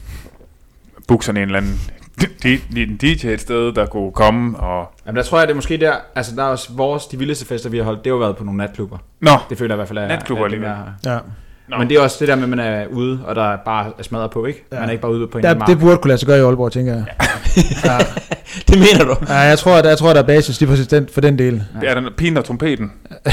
book sådan en eller anden en D J et sted, der kunne komme og... Jamen der tror jeg, det er måske der, altså der er også vores, de vildeste fester, vi har holdt, det har jo været på nogle natklubber. Nå, det føler jeg i hvert fald er... Natklubber lige ja. No. Men det er også det der med, at man er ude, og der bare er smadret på, ikke? Ja. Man er ikke bare ude på en der, det burde kunne lade sig gøre i Aalborg, tænker jeg. Ja. Det mener du? Ja, jeg tror, der, jeg tror, der er basis lige præcis den, for den del. Ja. Det er den pinen og trompeten. ja.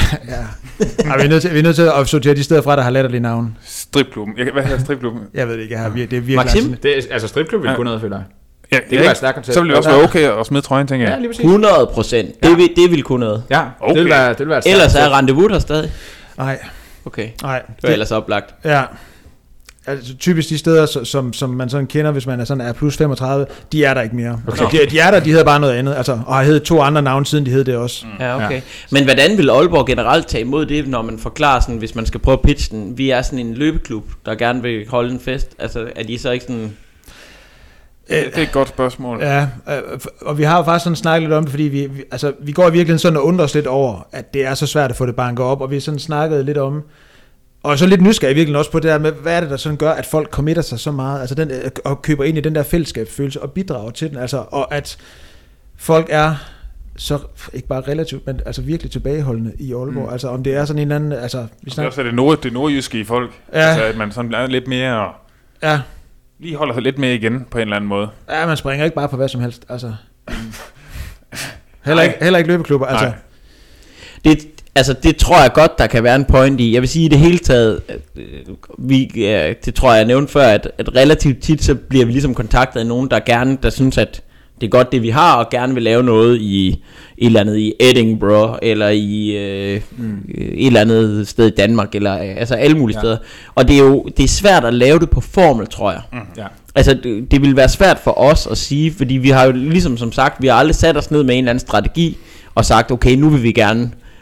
ja vi, er nødt til, vi er nødt til at sortere de steder fra, der har latterlige navne. Stripklubben. Hvad hedder stripklubben? Jeg ved det ikke. Jeg har, det er virkelig... Maxim? Det er, altså stripklubben vil ja. kunne noget, føler jeg. Ja, det kan være stærkt koncept. Så vil det også være okay at smide trøjen, tænker jeg. Ja, hundrede procent. Ja. Det, vil, det vil kunne noget. Ja, okay. det vil være, det vil være ellers er rendezvous der stadig. Nej. Okay. Nej. Det er ellers oplagt. Ja. Altså typisk de steder, som, som man sådan kender, hvis man er sådan er plus femogtredive, de er der ikke mere. Okay. De, de er der, de hedder bare noget andet. Altså, og har heddet to andre navne siden, de hed det også. Mm. Ja, okay. Ja. Men hvordan vil Aalborg generelt tage imod det, når man forklarer sådan, hvis man skal prøve at pitche den? Vi er sådan en løbeklub, der gerne vil holde en fest. Altså, er de så ikke sådan... Det er et godt spørgsmål. Ja, og vi har jo faktisk sådan snakket lidt om det, fordi vi, vi, altså, vi går i virkeligheden sådan og undrer os lidt over, at det er så svært at få det banket op, og vi har sådan snakket lidt om, og så lidt nysgerrig virkelig også på det der med, hvad er det, der sådan gør, at folk committer sig så meget, altså den, og køber ind i den der fællesskabsfølelse og bidrager til den, altså, og at folk er så, ikke bare relativt, men altså virkelig tilbageholdende i Aalborg, mm. altså om det er sådan en eller anden, altså... Vi snakker... Det er også det, nord, det nordjyske i folk, ja. Altså at man sådan er lidt mere... Ja. Lige holder sig lidt med igen på en eller anden måde. Ja, man springer ikke bare på hvad som helst, altså. Heller ikke, heller ikke løbeklubber, altså. Nej. Det, altså det tror jeg godt, der kan være en point i. Jeg vil sige i det hele taget, vi, ja, det tror jeg, jeg nævnte før, at, at relativt tit, så bliver vi ligesom kontaktet af nogen, der gerne, der synes, at det er godt det vi har, og gerne vil lave noget i et eller andet i Edinburgh, eller i øh, mm. et eller andet sted i Danmark, eller altså alle mulige ja. steder. Og det er jo det er svært at lave det på formel, tror jeg. Mm. Ja. Altså det, det vil være svært for os at sige, fordi vi har jo ligesom som sagt, vi har aldrig sat os ned med en eller anden strategi, og sagt, okay, nu vil vi gerne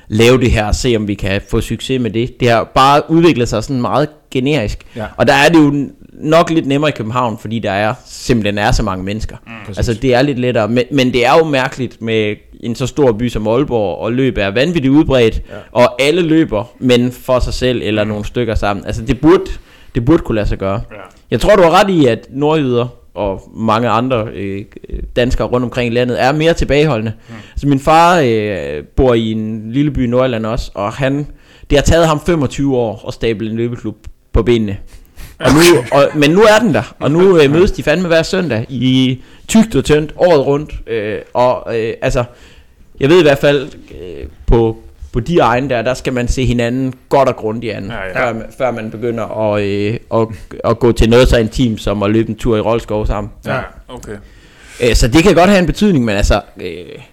lave det her og se om vi kan få succes med det. Det har bare udviklet sig sådan meget generisk. Ja. Og der er det jo nok lidt nemmere i København, fordi der er simpelthen er så mange mennesker. Mm. Altså det er lidt lettere, men, men det er jo mærkeligt med en så stor by som Aalborg, og løb er vanvittigt udbredt, ja. Og alle løber, men for sig selv eller mm. nogle stykker sammen. Altså det burde, det burde kunne lade sig gøre. Ja. Jeg tror du har ret i, at nordjyder og mange andre øh, danskere rundt omkring i landet er mere tilbageholdende. Mm. Altså min far øh, bor i en lille by i Nordjylland også, og han, det har taget ham femogtyve år at stable en løbeklub på benene. Og nu, og, men nu er den der, og nu øh, mødes de fandme hver søndag i tykt og tyndt året rundt. Øh, og øh, altså, jeg ved i hvert fald øh, på på de egne der, der skal man se hinanden godt og grundigt an, ja, ja. Før, før man begynder at, øh, at, at gå til noget så intimt som at løbe en tur i Roldskov sammen. Ja, okay. Øh, så det kan godt have en betydning, men altså, øh,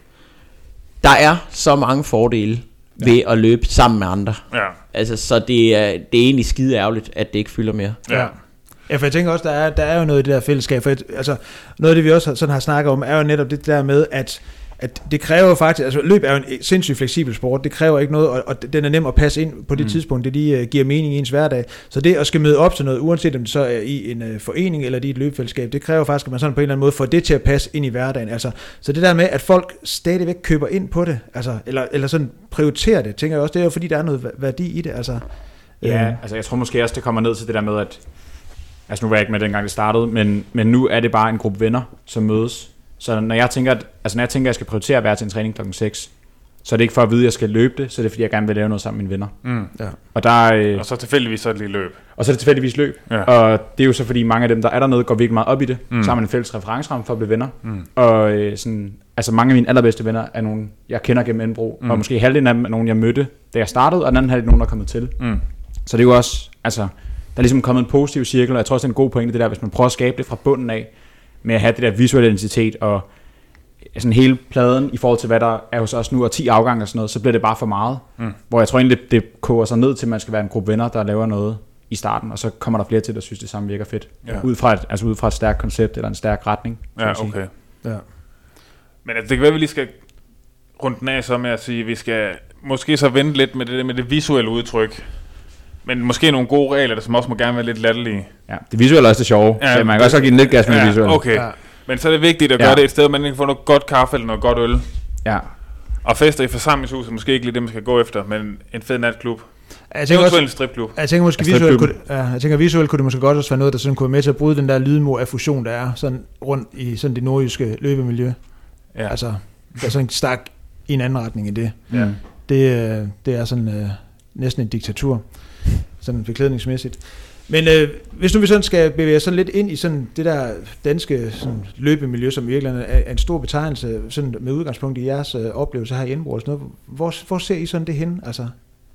der er så mange fordele ja. Ved at løbe sammen med andre. Ja. Altså, så det er, det er egentlig skide ærgerligt, at det ikke fylder mere. Ja. Ja, for jeg tænker også, der er, der er jo noget i det der fællesskab. For jeg, altså, noget af det, vi også sådan har snakket om, er jo netop det der med, at at det kræver faktisk, altså løb er jo en sindssygt fleksibel sport, det kræver ikke noget, og, og den er nem at passe ind på det mm. tidspunkt, det lige uh, giver mening i ens hverdag, så det at skal møde op til noget, uanset om det så er i en uh, forening eller i et løbefællesskab, det kræver faktisk, at man sådan på en eller anden måde får det til at passe ind i hverdagen, altså, så det der med, at folk stadigvæk køber ind på det, altså, eller, eller sådan prioriterer det, tænker jeg også, det er jo fordi, der er noget værdi i det, altså. Ja, øh. altså jeg tror måske også, det kommer ned til det der med, at, altså nu var jeg ikke med dengang det startede, men, men nu er det bare en gruppe venner, som mødes. Så når jeg tænker, at, altså når jeg tænker, at jeg skal prioritere at være til en træning klokken seks, så er det ikke for at vide, at jeg skal løbe det, så er det fordi, jeg gerne vil lave noget sammen med mine venner. Mm. Ja. Og, der, øh, og så tilfældigvis så er det lige løb. Og så er det tilfældigvis løb. Ja. Og det er jo så fordi, mange af dem, der er dernede, går virkelig meget op i det. Mm. Så har man en fælles referenceramme for at blive venner. Mm. Og øh, sådan, altså mange af mine allerbedste venner er nogen, jeg kender gennem Indbro. Mm. Og måske halvdelen af dem er nogen, jeg mødte, da jeg startede, og den anden halvdelen er nogen, der er kommet til. Mm. Så det er jo også, altså, der er ligesom kommet en positiv cirkel, og jeg tror også, det er en god pointe, det der, hvis man prøver at skabe det fra bunden af, med at have det der visuelle identitet, og sådan hele pladen i forhold til hvad der er hos os nu og ti afgange og sådan noget, så bliver det bare for meget. Mm. Hvor jeg tror egentlig det, det koger sig ned til at man skal være en gruppe venner der laver noget i starten, og så kommer der flere til der synes det samme virker fedt. Ja. Ud fra et, altså ud fra et stærkt koncept eller en stærk retning. Ja, okay. Ja. Men altså, det kan være vi lige skal runde den af så med at sige, at vi skal måske så vente lidt med det med det visuelle udtryk. Men måske nogle gode regler, der som også må gerne være lidt latterlige. Ja, det visuelle er også det sjove. Ja, så man kan også give en lidt gas med ja, det visuelle. Okay. Ja. Men så er det vigtigt at gøre ja. Det et sted, man kan få noget godt kaffe eller noget godt øl. Ja. Og fester i forsamlingshuset måske ikke lige det, man skal gå efter, men en fed natklub. Jeg tænker også en stripklub. Jeg tænker måske visuelt kunne, ja, jeg tænker visuelt kunne det måske godt også være noget, der sådan kunne være med til at bryde den der lydmur af fusion, der er sådan rundt i sådan det nordjyske løbemiljø. Ja. Altså, der er sådan stak i en anden retning end det. Ja. Det, det er sådan øh, næsten en diktatur, sådan beklædningsmæssigt. Men øh, hvis nu vi sådan skal bevæge sådan lidt ind i sådan det der danske sådan løbemiljø, som virkelig er, er en stor betegnelse, sådan med udgangspunkt i jeres øh, oplevelse her i Indbro og sådan noget, hvor, hvor ser I sådan det hen? Altså,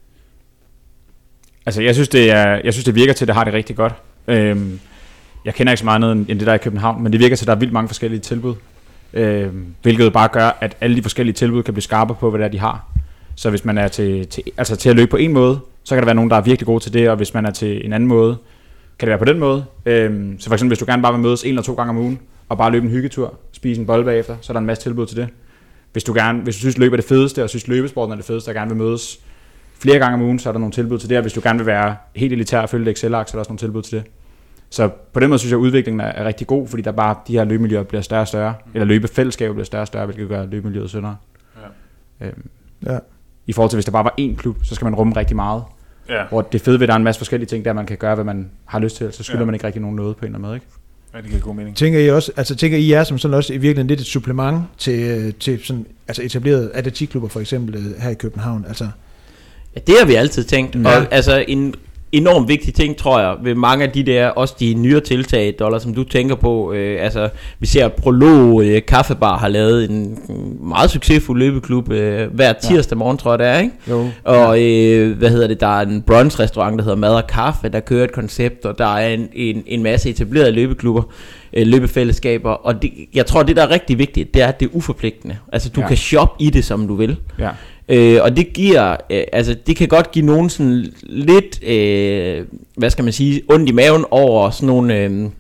altså jeg synes det er, jeg synes det virker til, at det har det rigtig godt. Øhm, jeg kender ikke så meget andet end det der i København, men det virker til, at der er vildt mange forskellige tilbud, øhm, hvilket bare gør, at alle de forskellige tilbud kan blive skarpe på, hvad det er, de har. Så hvis man er til, til, altså til at løbe på en måde, så kan der være nogen, der er virkelig gode til det, og hvis man er til en anden måde, kan det være på den måde. Øhm, så for eksempel, hvis du gerne bare vil mødes en eller to gange om ugen, og bare løbe en hyggetur, spise en bolle bagefter, så er der en masse tilbud til det. Hvis du, gerne, hvis du synes, løb er det fedeste, og synes, løbesporten er det fedeste, og gerne vil mødes flere gange om ugen, så er der nogle tilbud til det, og hvis du gerne vil være helt elitær og følge et Excel-ark, så er der også nogle tilbud til det. Så på den måde synes jeg, at udviklingen er, er rigtig god, fordi der bare de her løbemiljøer bliver større og større, eller løbefællesskaber bliver større og større, hvilket gør løbemiljøet syndere. Ja. Øhm, ja. I forhold til, hvis der bare var én klub, så skal man rumme rigtig meget. Ja. Hvor det fede ved, at der er en masse forskellige ting, der man kan gøre, hvad man har lyst til, så skylder ja. Man ikke rigtig nogen noget på en eller anden måde, ikke? Ja, det giver god mening. Tænker I også, altså tænker I er som sådan også i virkeligheden lidt et supplement til, til sådan, altså etablerede atletikklubber for eksempel her i København, altså? Ja, det har vi altid tænkt, ja. Og altså en enormt vigtig ting, tror jeg, ved mange af de der, også de nyere tiltag, Dollar, som du tænker på, øh, altså vi ser at Prolog øh, Kaffebar har lavet en meget succesfuld løbeklub øh, hver tirsdag morgen, tror jeg det er, ikke? Jo. Og øh, hvad hedder det, der er en brunch restaurant, der hedder Mad og Kaffe, der kører et koncept, og der er en, en, en masse etablerede løbeklubber, øh, løbefællesskaber, og det, jeg tror det der er rigtig vigtigt, det er at det er uforpligtende, altså du ja. Kan shoppe i det som du vil. Ja. Øh, og det giver, øh, altså det kan godt give nogen sådan lidt, øh, hvad skal man sige, ondt i maven over sådan nogle øh,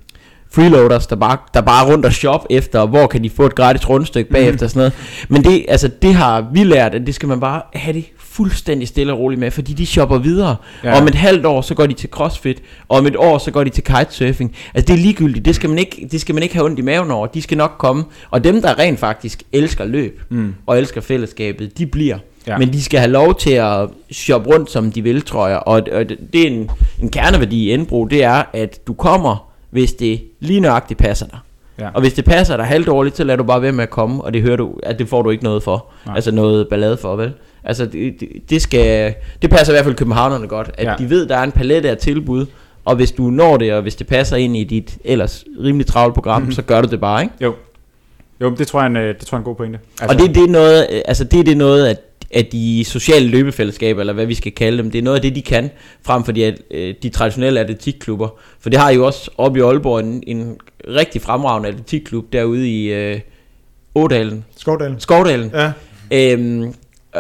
freeloaders, der bare, der bare er rundt og shop efter, hvor kan de få et gratis rundstykke bagefter mm. og sådan noget. Men det, altså, det har vi lært, at det skal man bare have det fuldstændig stille og roligt med, fordi de shopper videre. Ja. Og om et halvt år, så går de til CrossFit, og om et år, så går de til kitesurfing. Altså det er ligegyldigt, det skal man ikke, det skal man ikke have ondt i maven over, de skal nok komme. Og dem, der rent faktisk elsker løb, mm. og elsker fællesskabet, de bliver. Ja. Men de skal have lov til at shoppe rundt, som de vil, tror jeg. Og, og det er en, en kerneværdi i Enbro, det er, at du kommer, hvis det lige nøjagtigt passer dig. Ja. Og hvis det passer dig halvdårligt, så lader du bare være med at komme, og det hører du, at det får du ikke noget for. Nej. Altså noget ballade for, vel? Altså det, det, det skal, det passer i hvert fald københavnerne godt, at ja. de ved, der er en palette af tilbud, og hvis du når det, og hvis det passer ind i dit ellers rimelig travlt program, mm-hmm. så gør du det bare, ikke? Jo. Jo, det tror jeg en, det tror jeg en god pointe. Altså. Og det, det er noget, altså det er det noget, at at de sociale løbefællesskaber, eller hvad vi skal kalde dem, det er noget af det, de kan, frem for de, de traditionelle atletikklubber. For det har jo også oppe i Aalborg en, en rigtig fremragende atletikklub derude i øh, Ådalen. Skovdalen. Skovdalen. Ja. Øhm,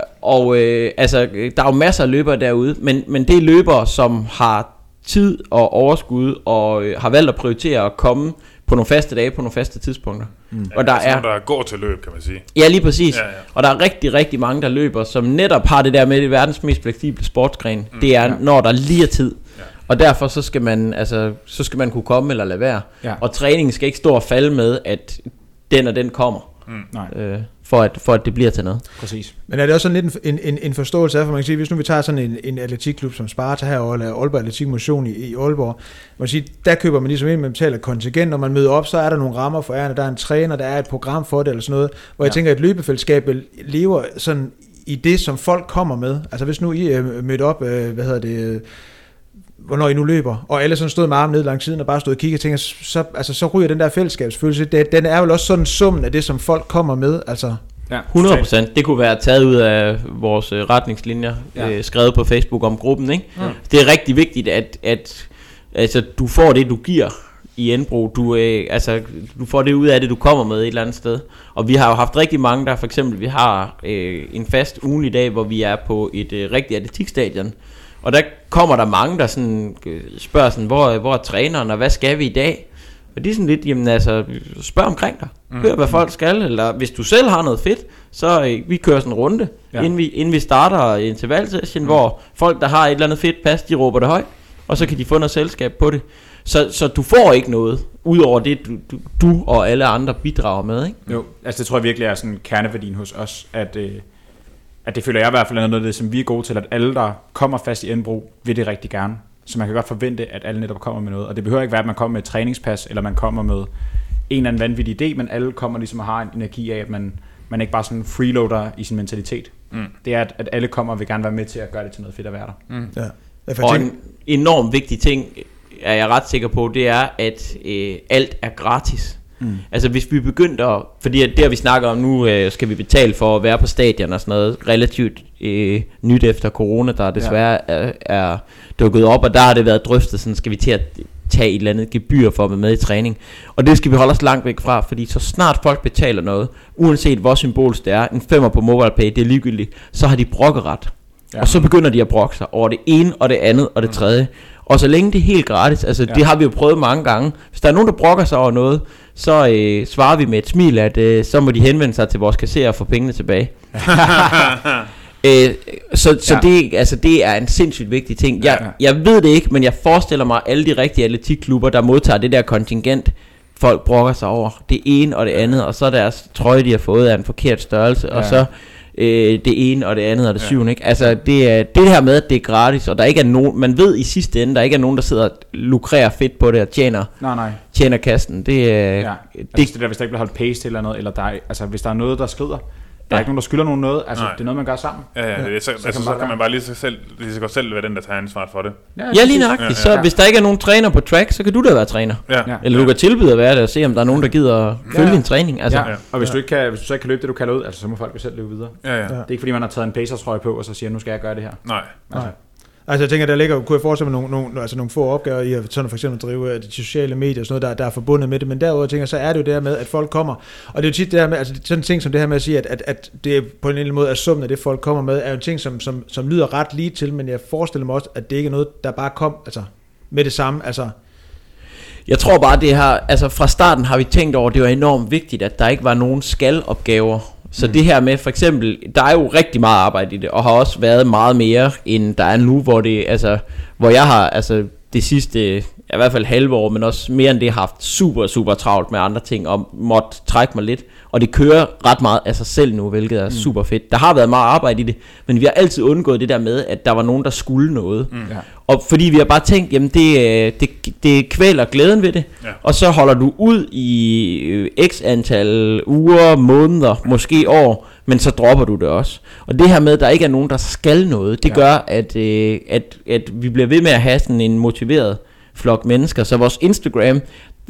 og øh, altså, der er jo masser af løbere derude, men, men det er løbere, som har tid og overskud, og øh, har valgt at prioritere at komme på nogle faste dage, på nogle faste tidspunkter. Mm. Og der er der går til løb, kan man sige. Ja, lige præcis. Ja, ja. Og der er rigtig, rigtig mange, der løber, som netop har det der med det verdens mest fleksible sportsgren. Mm. Det er, ja. når der lige er tid. Ja. Og derfor så skal man, altså, så skal man kunne komme eller lade være. Ja. Og træningen skal ikke stå og falde med, at den og den kommer. Mm. Nej. Øh, for, at, for at det bliver til noget. Præcis. Men er det også sådan lidt en, en, en forståelse af, for man kan sige, hvis nu vi tager sådan en, en atletikklub som Sparta her, og Aalborg Atletik Motion i, i Aalborg, man siger, der køber man ligesom ind, man betaler kontingent, når man møder op, så er der nogle rammer for ærende, der er en træner, der er et program for det, eller sådan noget, hvor ja. jeg tænker, at løbefællesskab lever sådan i det, som folk kommer med. Altså hvis nu I øh, mødte op, øh, hvad hedder det, øh, hvornår I nu løber, og alle sådan stod med armen ned langs siden og bare stod og kiggede og tænkte, så, altså, så ryger den der fællesskabsfølelse. Det, den er vel også sådan summen af det, som folk kommer med. Altså. Ja, hundrede procent. Det kunne være taget ud af vores øh, retningslinjer, ja. øh, skrevet på Facebook om gruppen. Ikke? Ja. Det er rigtig vigtigt, at, at altså, du får det, du giver i Enbro. Du, øh, altså, du får det ud af det, du kommer med et eller andet sted. Og vi har jo haft rigtig mange, der for eksempel, vi har øh, en fast ugenlig dag, hvor vi er på et øh, rigtigt atletikstadion. Og der kommer der mange, der sådan spørger sådan, hvor, hvor er træneren, og hvad skal vi i dag? Og de er sådan lidt, jamen altså, spørg omkring dig. Hør, hvad folk skal, eller hvis du selv har noget fedt, så øh, vi kører sådan en runde, ja. inden, vi, inden vi starter intervalsession, mm. hvor folk, der har et eller andet fedt pas, de råber det højt, og så kan de få noget selskab på det. Så, så du får ikke noget, udover det, du, du, du og alle andre bidrager med, ikke? Jo, altså det tror jeg virkelig er sådan kerneværdien hos os, at... Øh at det føler jeg i hvert fald er noget af det, som vi er gode til, at alle, der kommer fast i Enbro, vil det rigtig gerne. Så man kan godt forvente, at alle netop kommer med noget. Og det behøver ikke være, at man kommer med et træningspas, eller man kommer med en eller anden vanvittig idé, men alle kommer ligesom og har en energi af, at man, man ikke bare sådan freeloader i sin mentalitet. Mm. Det er, at, at alle kommer og vil gerne være med til at gøre det til noget fedt at være der. Mm. Ja. Og en enormt vigtig ting, er jeg ret sikker på, det er, at øh, alt er gratis. Mm. Altså hvis vi begyndte at, fordi det vi snakker om nu, øh, skal vi betale for at være på stadion og sådan noget, relativt øh, nyt efter corona, der desværre ja. er, er dukket op, og der har det været drøftet, sådan skal vi til at tage et eller andet gebyr for at være med i træning, og det skal vi holde os langt væk fra, fordi så snart folk betaler noget, uanset hvor symbolsk det er, en femmer på MobilePay, det er ligegyldigt, så har de brokkeret, ja. og så begynder de at brokke sig over det ene og det andet og det mm. tredje. Og så længe det er helt gratis, altså ja. det har vi jo prøvet mange gange. Hvis der er nogen, der brokker sig over noget, så øh, svarer vi med et smil, at øh, så må de henvende sig til vores kasserer og få pengene tilbage. øh, så så ja. det, altså, det er en sindssygt vigtig ting. Jeg, jeg ved det ikke, men jeg forestiller mig, alle de rigtige atletikklubber, der modtager det der kontingent, folk brokker sig over det ene og det andet, og så deres trøje, de har fået, er en forkert størrelse, ja. og så... Øh, det ene og det andet og det ja. syvende, ikke? Altså det er det her med, at det er gratis, og der ikke er nogen, man ved i sidste ende, der ikke er nogen, der sidder og lukrerer fedt på det og tjener, nej, nej. tjener kassen. Det er ja. det, altså, det der, hvis der ikke bliver holdt pace til eller noget, eller der er, altså hvis der er noget, der skrider, der er ja. ikke nogen, der skylder nogen noget. Altså, nej. det er noget, man gør sammen. Ja, ja, det er, så, så, altså, så kan man bare lige så, selv, lige så godt selv være den, der tager ansvar for det. Ja, ja lige nøjagtigt. Ja, ja. Så hvis der ikke er nogen træner på track, så kan du da være træner. Ja. Ja. Eller du kan tilbyde at være det og se, om der er nogen, der gider at følge ja. din træning. Altså. Ja. Ja. Og hvis du, ikke kan, hvis du så ikke kan løbe det, du kalder ud, altså, så må folk jo selv løbe videre. Ja, ja. Det er ikke fordi, man har taget en pacerstrøje på, og så siger, nu skal jeg gøre det her. Nej. Altså. Nej. Altså jeg tænker, der ligger, kunne jeg forestille mig nogle, nogle, altså nogle få opgaver i at sådan for eksempel drive de sociale medier og sådan noget, der, der er forbundet med det, men derudover tænker så er det jo det her med, at folk kommer, og det er jo tit det her med, altså sådan en ting som det her med at sige, at, at, at det på en eller anden måde er summen af det, folk kommer med, er jo en ting, som, som, som lyder ret lige til, men jeg forestiller mig også, at det ikke er noget, der bare kom altså med det samme, altså. Jeg tror bare det her, altså fra starten har vi tænkt over, det var enormt vigtigt, at der ikke var nogen skal-opgaver. Så mm. det her med for eksempel, der er jo rigtig meget arbejde i det, og har også været meget mere, end der er nu, hvor det, altså, hvor jeg har, altså det sidste, i hvert fald halve år, men også mere end det, haft super, super travlt med andre ting, og måtte trække mig lidt. Og det kører ret meget af sig selv nu, hvilket er mm. super fedt. Der har været meget arbejde i det, men vi har altid undgået det der med, at der var nogen, der skulle noget. Mm. Ja. Og fordi vi har bare tænkt, jamen det, det, det kvæler glæden ved det, ja. Og så holder du ud i x antal uger, måneder, måske år, men så dropper du det også. Og det her med, at der ikke er nogen, der skal noget, det ja. Gør, at, at, at vi bliver ved med at have sådan en motiveret flok mennesker. Så vores Instagram,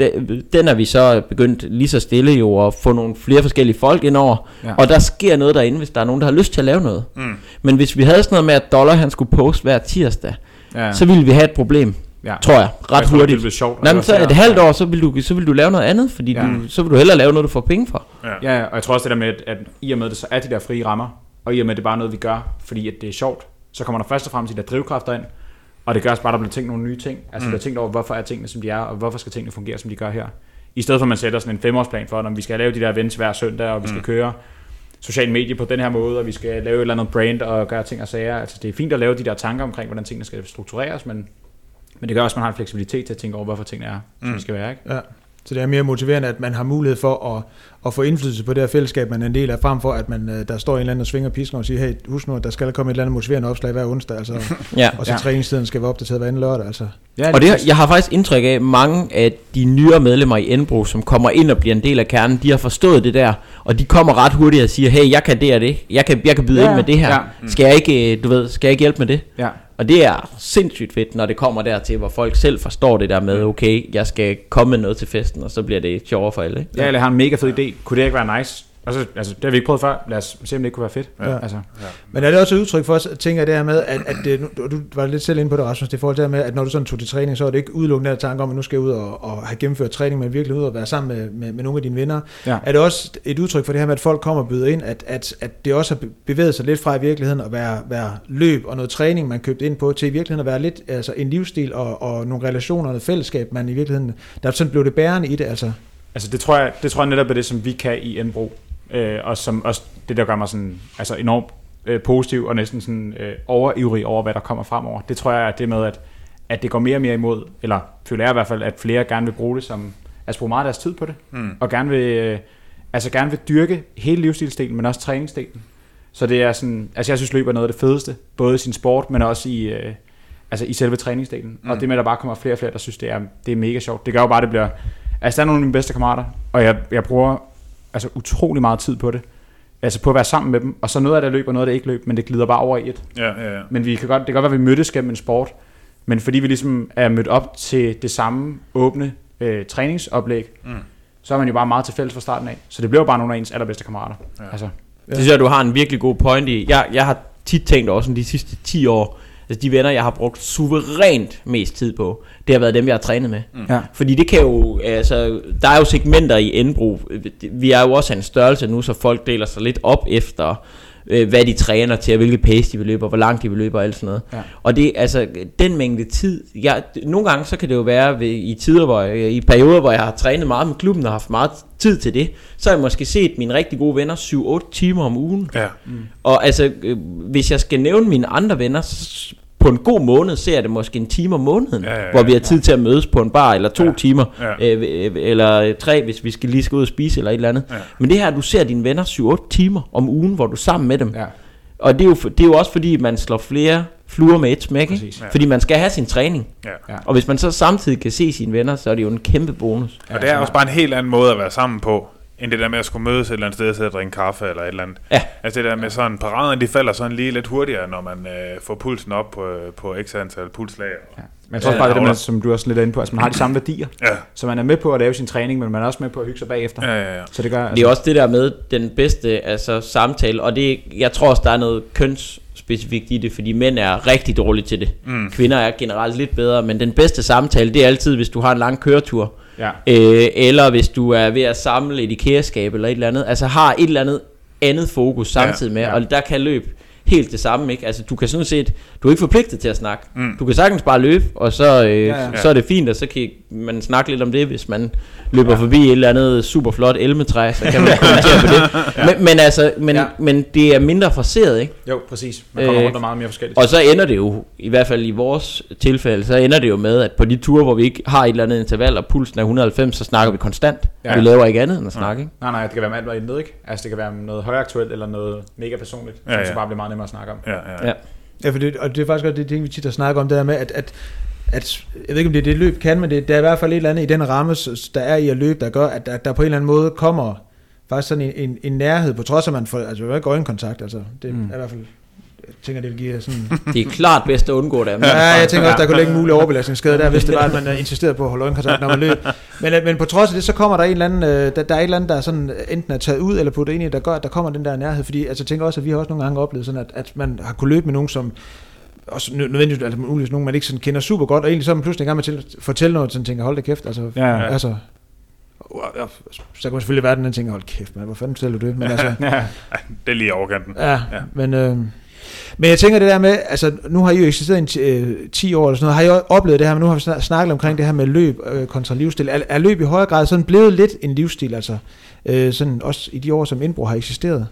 den er vi så begyndt lige så stille jo at få nogle flere forskellige folk indover, ja. Og der sker noget derinde, hvis der er nogen, der har lyst til at lave noget. Mm. Men hvis vi havde sådan noget med, at Dollar han skulle poste hver tirsdag, ja. Så ville vi have et problem, ja. Tror jeg, ret jeg tror, hurtigt. Det ville sjovt. Nej, men så et halvt år, så vil du så vil du lave noget andet, fordi ja. du, så vil du hellere lave noget, du får penge for. Ja, ja, og jeg tror også det der med, at, at i og med det så er de der frie rammer, og i og med det bare noget vi gør, fordi at det er sjovt, så kommer der først og fremmest de der drivkræfter ind. Og det gør også bare, at der bliver tænkt nogle nye ting. Altså mm. der er tænkt over, hvorfor er tingene, som de er, og hvorfor skal tingene fungere, som de gør her. I stedet for, at man sætter sådan en femårsplan for, om vi skal lave de der events hver søndag, og vi skal mm. køre social medie på den her måde, og vi skal lave et eller andet brand og gøre ting og sager. Altså det er fint at lave de der tanker omkring, hvordan tingene skal struktureres, men, men det gør også, at man har en fleksibilitet til at tænke over, hvorfor tingene er, som mm. de skal være. Ikke? Ja. Så det er mere motiverende, at man har mulighed for at, at få indflydelse på det her fællesskab, man er en del af, frem for at man, der står en eller anden og svinger pisken og siger, hey, husk nu, at der skal komme et eller andet motiverende opslag hver onsdag, altså, ja. Og så ja. Træningstiden skal være opdateret hver anden lørdag. Altså. Ja, og det, jeg har faktisk indtryk af, mange af de nyere medlemmer i Enbro, som kommer ind og bliver en del af kernen, de har forstået det der, og de kommer ret hurtigt og siger, hey, jeg kan det og det, jeg kan, jeg kan byde ja. Ind med det her, ja. mm. skal jeg ikke, du ved, skal jeg ikke hjælpe med det? Ja. Og det er sindssygt fedt, når det kommer dertil, hvor folk selv forstår det der med, okay, jeg skal komme med noget til festen, og så bliver det sjovere for alle. Ikke? Ja, eller har en mega fed idé. Kunne det ikke være nice? Altså, altså, det har vi ikke prøvet før. Lad os se, om det ikke kunne være fedt. Ja. Altså. Ja. Men er det også et udtryk for os, tænker jeg det her med, at, at det, du, du var lidt selv inde på det, Rasmus, det forhold til med, at når du sådan tog til træning, så er det ikke udelukkende der tanke om, at nu skal jeg ud og, og have gennemført træning, men virkelig ud og være sammen med, med, med nogle af dine venner. Ja. Er det også et udtryk for det her med, at folk kommer og byder ind, at, at, at det også har bevæget sig lidt fra i virkeligheden at være, være løb og noget træning, man købte ind på, til i virkeligheden at være lidt altså en livsstil og, og nogle relationer og noget fællesskab, man i virkeligheden, der sådan blev det bærende i det, altså. Altså det tror jeg, det tror jeg netop er det, som vi kan i Enbro. Øh, og som også det der gør mig sådan altså enormt øh, positiv og næsten sådan øh, overivrig over hvad der kommer fremover. Det tror jeg er det med at at det går mere og mere imod, eller føler jeg i hvert fald, at flere gerne vil bruge det som altså bruge meget af deres tid på det mm. og gerne vil øh, altså gerne vil dyrke hele livsstilsdelen, men også træningsdelen. Så det er sådan altså jeg synes løb er noget af det fedeste, både i sin sport, men også i øh, altså i selve træningsdelen. Mm. Og det med at der bare kommer flere og flere der synes det er det er mega sjovt. Det gør jo bare det bliver altså der er nogle af mine bedste kammerater, og jeg jeg bruger altså utrolig meget tid på det. Altså på at være sammen med dem. Og så noget af det løb, og noget af det ikke løb, men det glider bare over i et. Ja, ja, ja. Men vi kan godt, det kan godt være, at vi mødtes gennem en sport, men fordi vi ligesom er mødt op til det samme åbne øh, træningsoplæg, mm. så er man jo bare meget til fælles fra starten af. Så det bliver jo bare nogle af ens allerbedste kammerater. Ja. Altså. Det synes jeg, du har en virkelig god point i. Jeg, jeg har tit tænkt også de sidste ti år, altså de venner, jeg har brugt suverænt mest tid på, det har været dem, jeg har trænet med. Mm. Ja. Fordi det kan jo, altså, der er jo segmenter i Enbro. Vi er jo også en størrelse nu, så folk deler sig lidt op efter, øh, hvad de træner til, hvilke pace de vil løbe, og hvor langt de vil løbe og alt sådan noget. Ja. Og det, altså, den mængde tid, jeg, nogle gange så kan det jo være ved, i tider, hvor jeg, i perioder, hvor jeg har trænet meget med klubben og haft meget tid til det, så har jeg måske set mine rigtig gode venner syv otte timer om ugen. Ja. Mm. Og altså, øh, hvis jeg skal nævne mine andre venner, så på en god måned ser jeg det måske en time om måneden, ja, ja, ja, hvor vi har tid ja. Til at mødes på en bar, eller to ja, timer, ja. Øh, eller tre, hvis vi skal lige skal ud og spise, eller et eller andet. Ja. Men det her, du ser dine venner syv otte timer om ugen, hvor du er sammen med dem. Ja. Og det er, jo, det er jo også fordi, man slår flere fluer med et smæk, ja. Fordi man skal have sin træning. Ja. Ja. Og hvis man så samtidig kan se sine venner, så er det jo en kæmpe bonus. Ja, og det er også bare en helt anden måde at være sammen på, end det der med at skulle mødes et eller andet sted og sidde og drikke kaffe eller et eller andet. Ja. Altså det der med sådan, paraderne de falder sådan lige lidt hurtigere, når man øh, får pulsen op på, på x antal pulslag. Ja. Men jeg tror også bare, det der med, som du også lidt inde på, altså man har de samme værdier. Ja. Så man er med på at lave sin træning, men man er også med på at hygge sig bagefter. Ja, ja, ja. Så det gør, altså. Det er også det der med den bedste altså, samtale, og det, jeg tror også, der er noget kønsspecifikt i det, fordi mænd er rigtig dårlige til det. Mm. Kvinder er generelt lidt bedre, men den bedste samtale, det er altid, hvis du har en lang køretur. Ja. Øh, eller hvis du er ved at samle et IKEA-skab eller et eller andet, altså har et eller andet andet fokus samtidig med, ja, ja. Og der kan løb helt det samme, ikke? Altså, du kan sådan set, du er ikke forpligtet til at snakke. Mm. Du kan sagtens bare løbe, og så, øh, ja, ja. så er det fint, og så kan man snakke lidt om det, hvis man løber ja. forbi et eller andet super flot elmetræ, så kan man kommentere på det. ja. men, men altså, men, ja. men det er mindre forceret, ikke? Jo, præcis. Man kommer øh, rundt og meget mere forskelligt. Og så ender det jo, i hvert fald i vores tilfælde, så ender det jo med, at på de ture, hvor vi ikke har et eller andet interval, og pulsen er et hundrede og halvfems, så snakker vi konstant. Ja. Vi laver ikke andet end at snakke, ikke? Nej, nej, det kan være med alt og intet, ikke? Altså, det kan være noget højaktuelt, eller noget mega personligt, ja, som ja. så bare bliver meget nemmere at snakke om. Ja, ja, ja. ja. ja for det, og det er faktisk også det ting, vi tit har snakket om, det der med, at, at, at jeg ved ikke, om det er det løb kan, men det, det er i hvert fald et eller andet i den ramme, der er i at løbe, der gør, at der, der på en eller anden måde kommer faktisk sådan en, en, en nærhed, på trods af, at man får, altså jo ikke øjenkontakt, altså det mm. er i hvert fald, jeg tænker, det vil give sådan... Det er klart bedst at undgå det. Ja, jeg tænker også, der kunne ligge en mulig overbelastningsskade der, hvis det var, at man insisterede på at holde øjenkontakt, når man løb. Men, men på trods af det, så kommer der en eller anden, der, der er et eller andet, der sådan enten er taget ud, eller puttet ind i, der gør, at der kommer den der nærhed. Fordi altså, jeg tænker også, at vi har også nogle gange oplevet sådan, at, at man har kunne løbe med nogen, som også nødvendigvis, altså muligvis nogen, man ikke sådan kender super godt, og egentlig så er man pludselig en gang med til at fortælle noget, sådan tænker, hold da kæft, altså... Ja, ja. altså så kan man selvfølgelig være den, der tænker, hold kæft, man, hvor fanden fortæller du det? Men altså... ja. Det er lige overkanten. Ja, ja. men... Øh, Men jeg tænker det der med, altså nu har I jo eksisteret i øh, ti år eller sådan noget, har I jo oplevet det her, men nu har vi snakket omkring det her med løb øh, kontra livsstil. Er, er løb i højere grad sådan blevet lidt en livsstil, altså øh, sådan også i de år, som Indbro har eksisteret?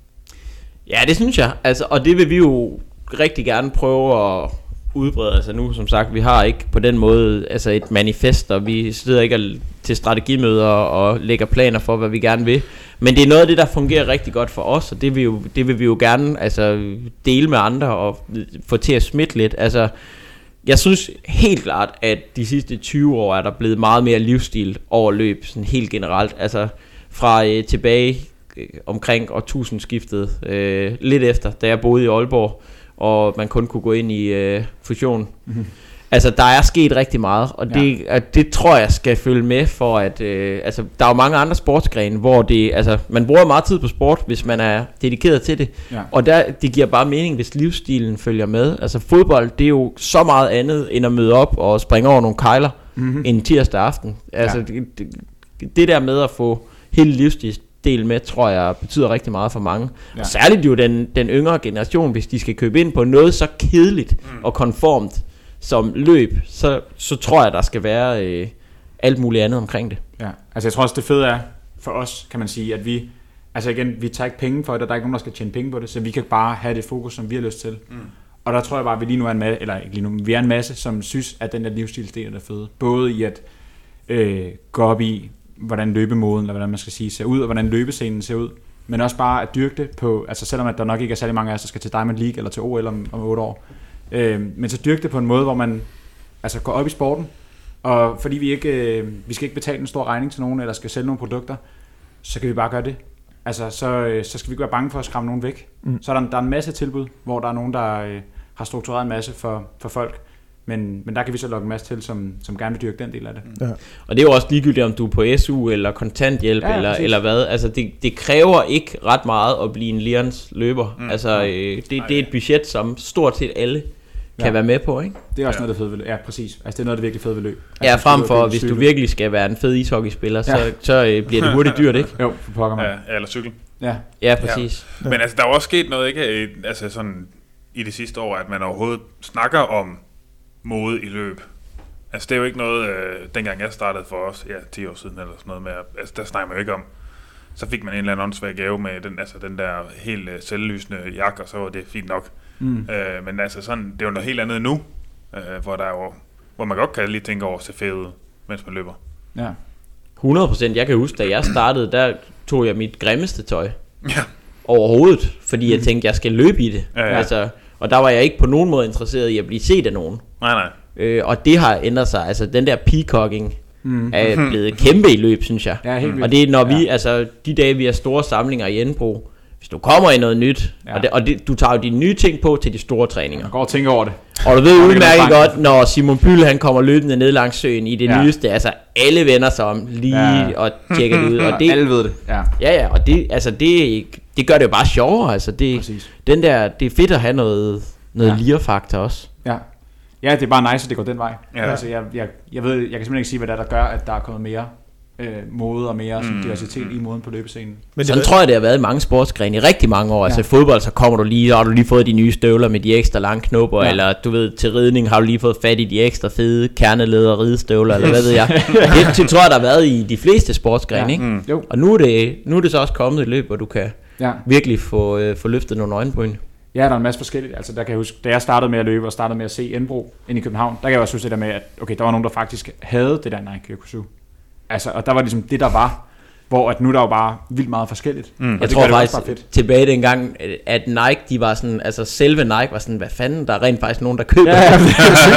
Ja, det synes jeg, altså, og det vil vi jo rigtig gerne prøve at udbrede. Altså nu, som sagt, vi har ikke på den måde altså et manifest, og vi sidder ikke til strategimøder og lægger planer for, hvad vi gerne vil. Men det er noget af det, der fungerer rigtig godt for os, og det vil, jo, det vil vi jo gerne altså, dele med andre og få til at smitte lidt. Altså, jeg synes helt klart, at de sidste tyve år er der blevet meget mere livsstil over løb, sådan helt generelt. Altså fra øh, tilbage øh, omkring årtusindskiftet, øh, lidt efter, da jeg boede i Aalborg, og man kun kunne gå ind i øh, fusion. Mm-hmm. Altså, der er sket rigtig meget, og det, ja. det tror jeg skal følge med for, at øh, altså, der er jo mange andre sportsgrene, hvor det, altså, man bruger meget tid på sport, hvis man er dedikeret til det, ja. og der, det giver bare mening, hvis livsstilen følger med. Altså, fodbold, det er jo så meget andet, end at møde op og springe over nogle kejler, mm-hmm. en tirsdag aften. Altså, ja. det, det, det der med at få hele livsstil med, tror jeg, betyder rigtig meget for mange. Ja. Og særligt jo den, den yngre generation, hvis de skal købe ind på noget så kedeligt mm. og konformt, som løb, så, så tror jeg, der skal være øh, alt muligt andet omkring det. Ja, altså jeg tror også, det fede er for os, kan man sige, at vi, altså igen, vi tager ikke penge for det, og der er ikke nogen, der skal tjene penge på det, så vi kan bare have det fokus, som vi har lyst til. Mm. Og der tror jeg bare, at vi lige nu er en masse, eller ikke lige nu, vi er en masse, som synes, at den der livsstilsdel er fede. Både i at øh, gå op i, hvordan løbemoden, eller hvordan man skal sige, ser ud, og hvordan løbescenen ser ud, men også bare at dyrke det på, altså selvom at der nok ikke er særlig mange af os, der skal til Diamond League eller til O L om, om otte år, Øh, men så dyrke det på en måde, hvor man altså går op i sporten, og fordi vi ikke øh, vi skal ikke betale en stor regning til nogen, eller skal sælge nogle produkter, så kan vi bare gøre det. Altså, så, øh, så skal vi ikke være bange for at skræmme nogen væk. Mm. Så er der, der er en masse tilbud, hvor der er nogen, der øh, har struktureret en masse for, for folk, men, men der kan vi så lokke en masse til, som, som gerne vil dyrke den del af det. Ja. Og det er jo også ligegyldigt, om du er på S U eller kontanthjælp, ja, eller, eller hvad. Altså, det, det kræver ikke ret meget at blive en Lions løber. Mm. Altså, øh, det, det er et budget, som stort set alle kan ja. være med på, ikke? Det er også ja. noget, der er fedt ved løb. Ja, præcis. Altså, det er noget, der virkelig fedt ved løb. Altså, ja, frem for, hvis du virkelig skal være en fed ishockeyspiller, ja. så, så øh, bliver det hurtigt dyrt, ikke? Jo, for pokker man. Ja, eller cykel. Ja, ja præcis. Ja. Men altså, der er også sket noget, ikke? Altså sådan i det sidste år, at man overhovedet snakker om mode i løb. Altså, det er jo ikke noget, øh, dengang jeg startede for os, ja, ti år siden eller sådan noget med, altså, der snakker man jo ikke om. Så fik man en eller anden åndssvag gave med den, altså, den der helt øh, selvlysende jakke, og så var det fint nok. Mm. Øh, men altså sådan, det er jo noget helt andet nu, øh, hvor der er jo, hvor man godt kan lige tænke over at se fed ud, mens man løber. Ja. hundrede procent. Jeg kan huske, da jeg startede, der tog jeg mit grimmeste tøj ja. overhovedet, fordi jeg tænkte, jeg skal løbe i det. Ja, ja. Altså, og der var jeg ikke på nogen måde interesseret i at blive set af nogen. Nej, nej. Øh, og det har ændret sig. Altså den der peacocking mm. er blevet kæmpe i løb, synes jeg. Ja, helt vildt. Og det er når vi, ja. altså de dage vi har store samlinger i Indbro, hvis du kommer i noget nyt, ja. og, det, og det, du tager jo de nye ting på til de store træninger. Jeg går og tænker over det. Og du ved udmærket godt, når Simon Pyl han kommer løbende ned langs søen i det ja. nyeste, altså alle vender sig om lige ja. og tjekker det ud. Og det, alle ved det. Ja, ja, ja og det, altså det, det gør det jo bare sjovere. Altså det, den der, det er fedt at have noget, noget ja. lirefaktor også. Ja. Ja, det er bare nice, at det går den vej. Ja. Altså, jeg, jeg, jeg ved, jeg kan simpelthen ikke sige, hvad der, er, der gør, at der er kommet mere øh, mode og mere mm. diversitet Mm. i moden på løbescenen. Men sådan tror jeg, det har været i mange sportsgrene i rigtig mange år. Ja. Altså i fodbold, så kommer du lige, og har du lige fået de nye støvler med de ekstra lange knopper, ja. Eller du ved, til ridning har du lige fået fat i de ekstra fede kerneleder ridestøvler, eller hvad ved jeg. Det, det tror jeg, der har været i de fleste sportsgrene, ja. Ikke? Mm. Jo. Og nu er, det, nu er det så også kommet et løb, hvor du kan ja. virkelig få, øh, få løftet nogle øjenbryn. Ja, der er en masse forskelligt. Altså, der kan jeg huske, da jeg startede med at løbe og startede med at se Enbro ind i København, der kan jeg også huske det der med, at okay, der var nogen, der faktisk havde det der Nike Kyokushu. Altså, og der var ligesom det, der var, hvor at nu der jo bare vildt meget forskelligt. Mm. Jeg tror faktisk tilbage dengang, at Nike, de var sådan, altså selve Nike var sådan, hvad fanden, der er rent faktisk nogen, der køber ja, ja, det.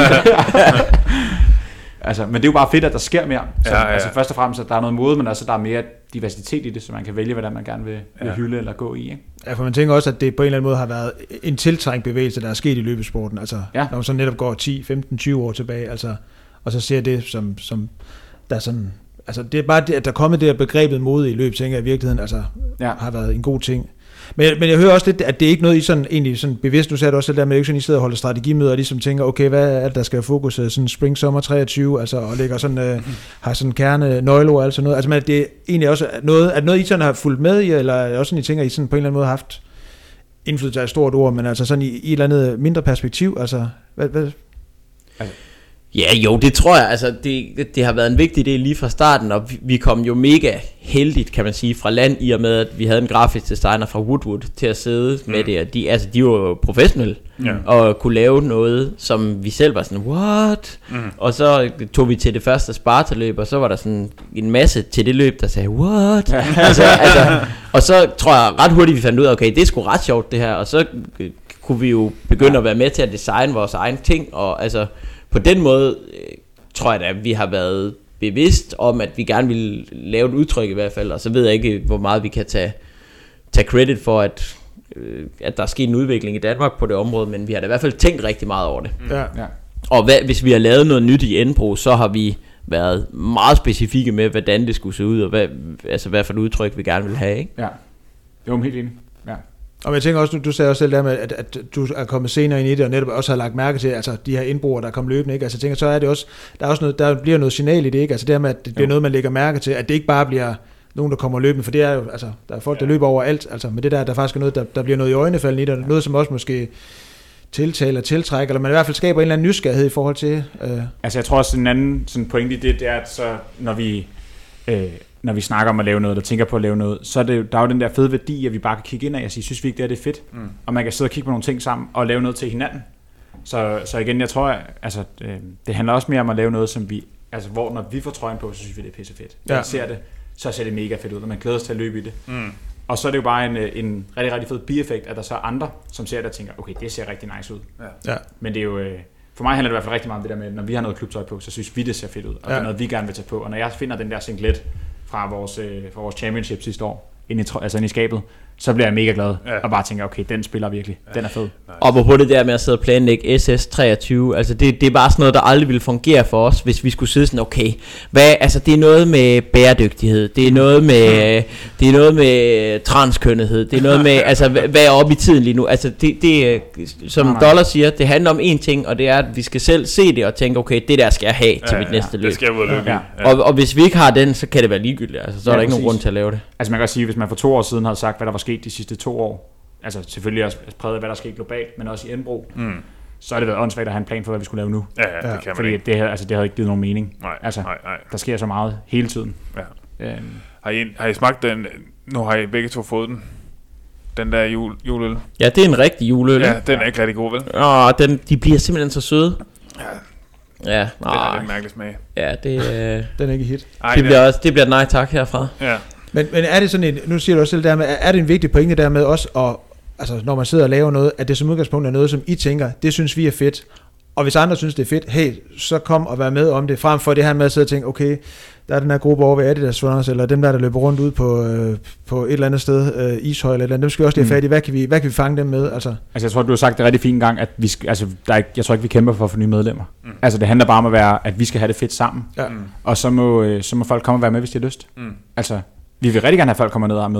Altså, men det er jo bare fedt, at der sker mere. Så, ja, ja. Altså først og fremmest, at der er noget mode, men også, at der er mere diversitet i det, så man kan vælge, hvordan man gerne vil, vil ja. hylde eller gå i. Ikke? Ja, for man tænker også, at det på en eller anden måde har været en tiltrængt bevægelse, der er sket i løbesporten. Altså, ja. Når man så netop går ti, femten, tyve år tilbage, altså, og så ser det som, som der er sådan, altså det er bare det, at der er kommet det her begrebet mode i løb, tænker jeg i virkeligheden, altså ja. har været en god ting. Men, men jeg hører også lidt, at det er ikke noget, I sådan, egentlig sådan bevidst, nu sagde du også der med, at I sidder og holder strategimøder, og ligesom tænker, okay, hvad er det, der skal fokus, sådan spring, sommer treogtyve, altså, og lægger sådan, øh, har sådan kerne, nøgler og alt sådan noget. Altså, men det er egentlig også noget, at noget, I sådan har fulgt med i, eller også sådan, I tænker, I sådan på en eller anden måde har haft indflydelse af et stort ord, men altså sådan i, i et eller andet mindre perspektiv, altså, hvad, hvad? Altså. Ja, jo, det tror jeg, altså det, det har været en vigtig del lige fra starten, og vi, vi kom jo mega heldigt, kan man sige, fra land, i og med, at vi havde en grafisk designer fra Woodwood til at sidde mm. med det, og de, altså, de var jo professionelle, yeah. og kunne lave noget, som vi selv var sådan, what? Mm. Og så tog vi til det første Sparta-løb, og så var der sådan en masse til det løb, der sagde, what? altså, altså, og så tror jeg ret hurtigt, vi fandt ud af, okay, det er sgu ret sjovt det her, og så kunne vi jo begynde ja. at være med til at designe vores egen ting, og altså, på den måde øh, tror jeg da, at vi har været bevidst om, at vi gerne vil lave et udtryk i hvert fald, og så ved jeg ikke, hvor meget vi kan tage, tage credit for, at, øh, at der er sket en udvikling i Danmark på det område, men vi har da i hvert fald tænkt rigtig meget over det. Ja. Ja. Og hvad, hvis vi har lavet noget nyt i Enbro, så har vi været meget specifikke med, hvordan det skulle se ud, og hvad, altså hvad for et udtryk vi gerne vil have, ikke? Ja, jo, helt enig. Ja. Og jeg tænker også, du, du sagde også selv der med, at, at du er kommet senere ind i det, og netop også har lagt mærke til, altså de her indbrugere, der er kommet løbende, ikke? Altså jeg tænker, så er det også, der er også noget, der bliver noget signal i det, ikke? Altså det med, at det bliver jo. noget, man lægger mærke til, at det ikke bare bliver nogen, der kommer løbende, for det er jo, altså der er folk, der løber overalt, altså med det der, der faktisk er noget, der, der bliver noget i øjnefaldene i det, noget, som også måske tiltaler, tiltrækker, eller man i hvert fald skaber en eller anden nysgerrighed i forhold til. Øh. Altså jeg tror også, en anden sådan pointe i det, det er, at så når vi... Øh, når vi snakker om at lave noget, eller tænker på at lave noget, så er det, der er jo den der fede værdi, at vi bare kan kigge ind af og sige, synes vi ikke, det er det er fedt, mm. og man kan sidde og kigge på nogle ting sammen, og lave noget til hinanden. Så, så igen, jeg tror, altså, det, det handler også mere om at lave noget, som vi, altså hvor når vi får trøjen på, så synes vi, det er pisse fedt. Når ja. vi ser det, så ser det mega fedt ud, og man glæder sig til at løbe i det. Mm. Og så er det jo bare en, en rigtig, rigtig fed bieffekt, at der så er andre, som ser det og tænker, okay, det ser rigtig nice ud. Ja. Ja. Men det er jo... For mig handler det i hvert fald rigtig meget om det der med, når vi har noget klubtøj på, så synes vi, det ser fedt ud, og ja. det er noget, vi gerne vil tage på. Og når jeg finder den der singlet fra vores, øh, fra vores championship sidste år, ind i, altså ind i skabet, så bliver jeg mega glad, ja. og bare tænker, okay, den spiller virkelig, ja. den er fed. Og på det der med at sidde og planlægge S S treogtyve, altså det, det er bare sådan noget, der aldrig ville fungere for os, hvis vi skulle sidde sådan, okay, hvad, altså det er noget med bæredygtighed, det er noget med, det er noget med transkønnethed, det er noget med, altså hvad er oppe i tiden lige nu, altså det, det som nej, nej. Dollar siger, det handler om én ting, og det er, at vi skal selv se det og tænke, okay, det der skal jeg have til ja, mit ja, næste løb. Det skal jeg løbe ja. ja. og, og hvis vi ikke har den, så kan det være ligegyldigt, altså så ja, er der ikke præcis. nogen grund til at lave det. Altså man kan også sige, hvis man for to år siden havde sagt, hvad der var sket de sidste to år, altså selvfølgelig også præget af, hvad der er sket globalt, men også i Enbro, mm. så er det været åndssvagt at have en plan for, hvad vi skulle lave nu. Ja, ja, det kan man Fordi ikke. det, altså, det havde ikke givet nogen mening. Nej, altså, nej, nej. Der sker så meget hele tiden. Ja. Øhm. Har, I, har I smagt den? Nu har I begge to fået den. Den der jul, juleøl. Ja, det er en rigtig juleøl. Ja, den er ikke rigtig god, vel? Åh, den, de bliver simpelthen så søde. Ja. Ja, nej. Det er lidt mærkelig smag. Ja, det, øh, den er ikke hit. Ej, det, bliver også, det bliver et nej tak herfra. Ja. Men, men er det sådan en, nu siger du også selv der med, er det en vigtig pointe der med også, at, altså når man sidder og laver noget, at det som udgangspunkt er noget, som I tænker, det synes vi er fedt, og hvis andre synes det er fedt, hey, så kom og vær med om det, frem for det her med at sidde og tænke, okay, der er den her gruppe over ved Adidas Runners, eller dem der, der løber rundt ud på, øh, på et eller andet sted, øh, Ishøj eller et eller andet, dem skal vi også lige have fat i, hvad kan vi, hvad kan vi fange dem med? Altså, altså jeg tror, du har sagt det rigtig fint gang, at vi skal, altså, der er ikke, jeg tror ikke, vi kæmper for at få nye medlemmer. Mm. Altså det handler bare om at være, at vi skal have det fedt sammen, ja. mm. og så må, øh, så må folk komme og være med, hvis de har lyst. Mm. Altså, vi vil rigtig gerne have, at folk kommer ned og er med.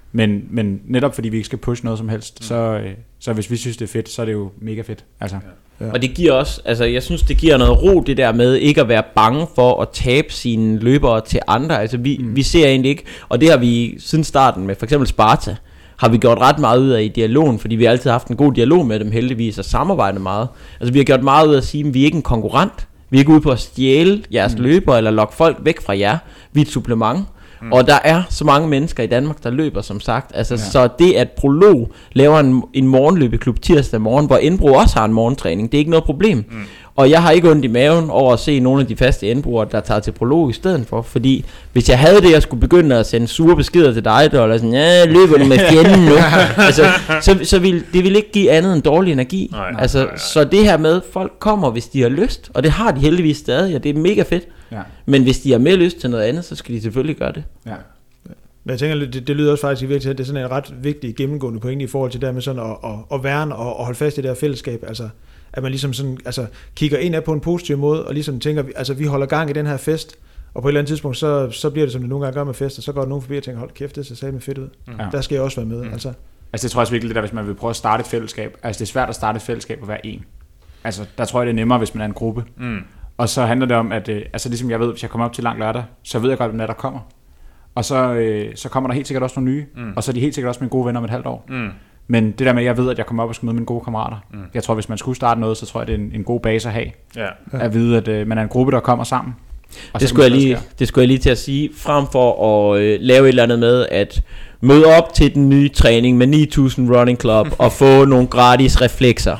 Men, men netop fordi vi ikke skal pushe noget som helst, mm. så, øh, så hvis vi synes, det er fedt, så er det jo mega fedt. Altså. Ja. Ja. Og det giver også, altså jeg synes, det giver noget ro, det der med ikke at være bange for at tabe sine løbere til andre. Altså vi, mm. vi ser egentlig ikke, og det har vi siden starten med for eksempel Sparta, har vi gjort ret meget ud af i dialogen, fordi vi har altid haft en god dialog med dem heldigvis, og samarbejdet meget. Altså vi har gjort meget ud af at sige, at vi er ikke en konkurrent. Vi er ikke ude på at stjæle jeres mm. løber, eller lokke folk væk fra jer. Vi er et supplement. Mm. Og der er så mange mennesker i Danmark, der løber, som sagt. Altså, ja. Så det, at Prolog laver en, en morgenløbeklub tirsdag morgen, hvor Indbro også har en morgentræning, det er ikke noget problem. Mm. Og jeg har ikke ondt i maven over at se nogle af de faste indbrugere, der tager til Prolog i stedet for. Fordi hvis jeg havde det, jeg skulle begynde at sende sure beskeder til dig, der eller sådan, ja, løber du med fjenden nu? altså, så, så vil det vil ikke give andet end dårlig energi. Nej, nej, altså, nej, nej. Så det her med, folk kommer, hvis de har lyst, og det har de heldigvis stadig, og det er mega fedt. Ja. Men hvis de har mere lyst til noget andet, så skal de selvfølgelig gøre det. Ja. Men jeg tænker, det, det lyder også faktisk i virkeligheden, at det er sådan en ret vigtig gennemgående pointe i forhold til det med sådan at, at, at værne og at holde fast i det her fællesskab. Altså, at man ligesom sådan, altså, kigger ind af på en positiv måde, og ligesom tænker, altså vi holder gang i den her fest, og på et eller andet tidspunkt, så, så bliver det som det nogle gange gør med fester, så går der nogen forbi og tænker, hold kæft, det ser satme fedt ud. Ja. Der skal jeg også være med. Mm. Altså. altså det tror jeg også virkelig, det der, hvis man vil prøve at starte et fællesskab, altså det er svært at starte et fællesskab og være en. Altså der tror jeg, det er nemmere, hvis man er en gruppe. Mm. Og så handler det om, at øh, altså ligesom jeg ved, hvis jeg kommer op til lang lørdag, så ved jeg godt, hvem der, der kommer. Og så, øh, så kommer der helt sikkert også nogle nye, mm. og så er de helt sikkert også mine gode venner om et halvt år. Mm. Men det der med, at jeg ved, at jeg kommer op og skal møde mine gode kammerater. Mm. Jeg tror, hvis man skulle starte noget, så tror jeg, det er en, en god base at have. Ja. At vide, at øh, man er en gruppe, der kommer sammen. Det skulle, jeg lige, det skulle jeg lige til at sige, frem for at øh, lave et eller andet med, at møde op til den nye træning med ni tusind Running Club og få nogle gratis reflekser,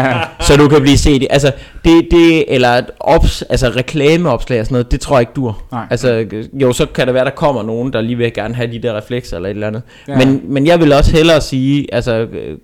så du kan blive set. Altså det, det eller et ops, altså reklameopslag og sådan noget, det tror jeg ikke dur. Nej. Altså jo, så kan det være, der kommer nogen, der lige vil gerne have de der reflekser eller et eller andet. Ja. Men, men jeg vil også hellere sige, altså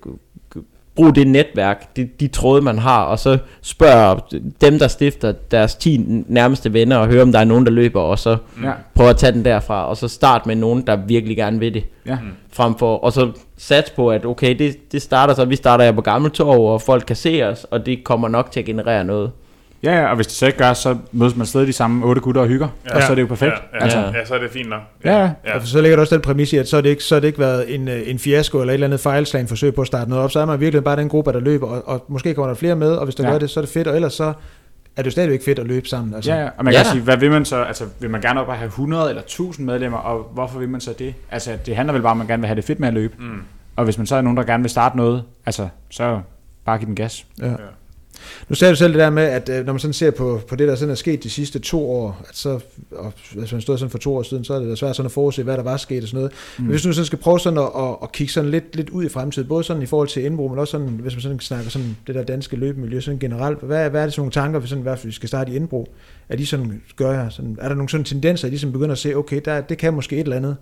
brug det netværk, de, de tråde man har, og så spørg dem, der stifter deres ti nærmeste venner, og høre om der er nogen, der løber, og så ja. prøv at tage den derfra, og så start med nogen, der virkelig gerne vil det. Ja. Frem for, og så sats på, at okay, det, det starter så, vi starter her på Gammeltorv, og folk kan se os, og det kommer nok til at generere noget. Ja, ja, og hvis det så ikke gør, så mødes man stadig de samme otte gutter og hygger, ja. og så er det jo perfekt. Ja, ja, altså. ja, så er det fint nok. Ja, ja. ja. Så ligger der også den præmis i, at så er det ikke, så er det ikke været en, en fiasko eller et eller andet fejlslagen forsøg på at starte noget op, så er man virkelig bare den gruppe, der løber, og, og måske kommer der flere med, og hvis der ja. gør det, så er det fedt, og ellers så er det jo stadigvæk fedt at løbe sammen. Altså. Ja, ja, og man kan ja. sige, hvad vil man så, altså vil man gerne op at have hundrede eller tusind medlemmer, og hvorfor vil man så det? Altså det handler vel bare om, at man gerne vil have det fedt med at løbe, mm. og hvis man så er nogen, der gerne vil starte noget, altså så bare give den gas. Ja. Ja. Nu sagde du selv det der med, at når man sådan ser på, på det, der sådan er sket de sidste to år, at så, og hvis man stod sådan for to år siden, så er det svært sådan at forudse, hvad der var sket og sådan noget. Mm. Men hvis du sådan skal prøve sådan at, at, at kigge sådan lidt, lidt ud i fremtiden, både sådan i forhold til Indbro, men også sådan, hvis man sådan snakker sådan det der danske løbemiljø sådan generelt, hvad, hvad er det sådan nogle tanker, vi sådan, i hvert fald vi skal starte i Indbro? Er de sådan, gør jeg sådan, er der nogle sådan tendenser, at de sådan begynder at se, okay, der, det kan måske et eller andet?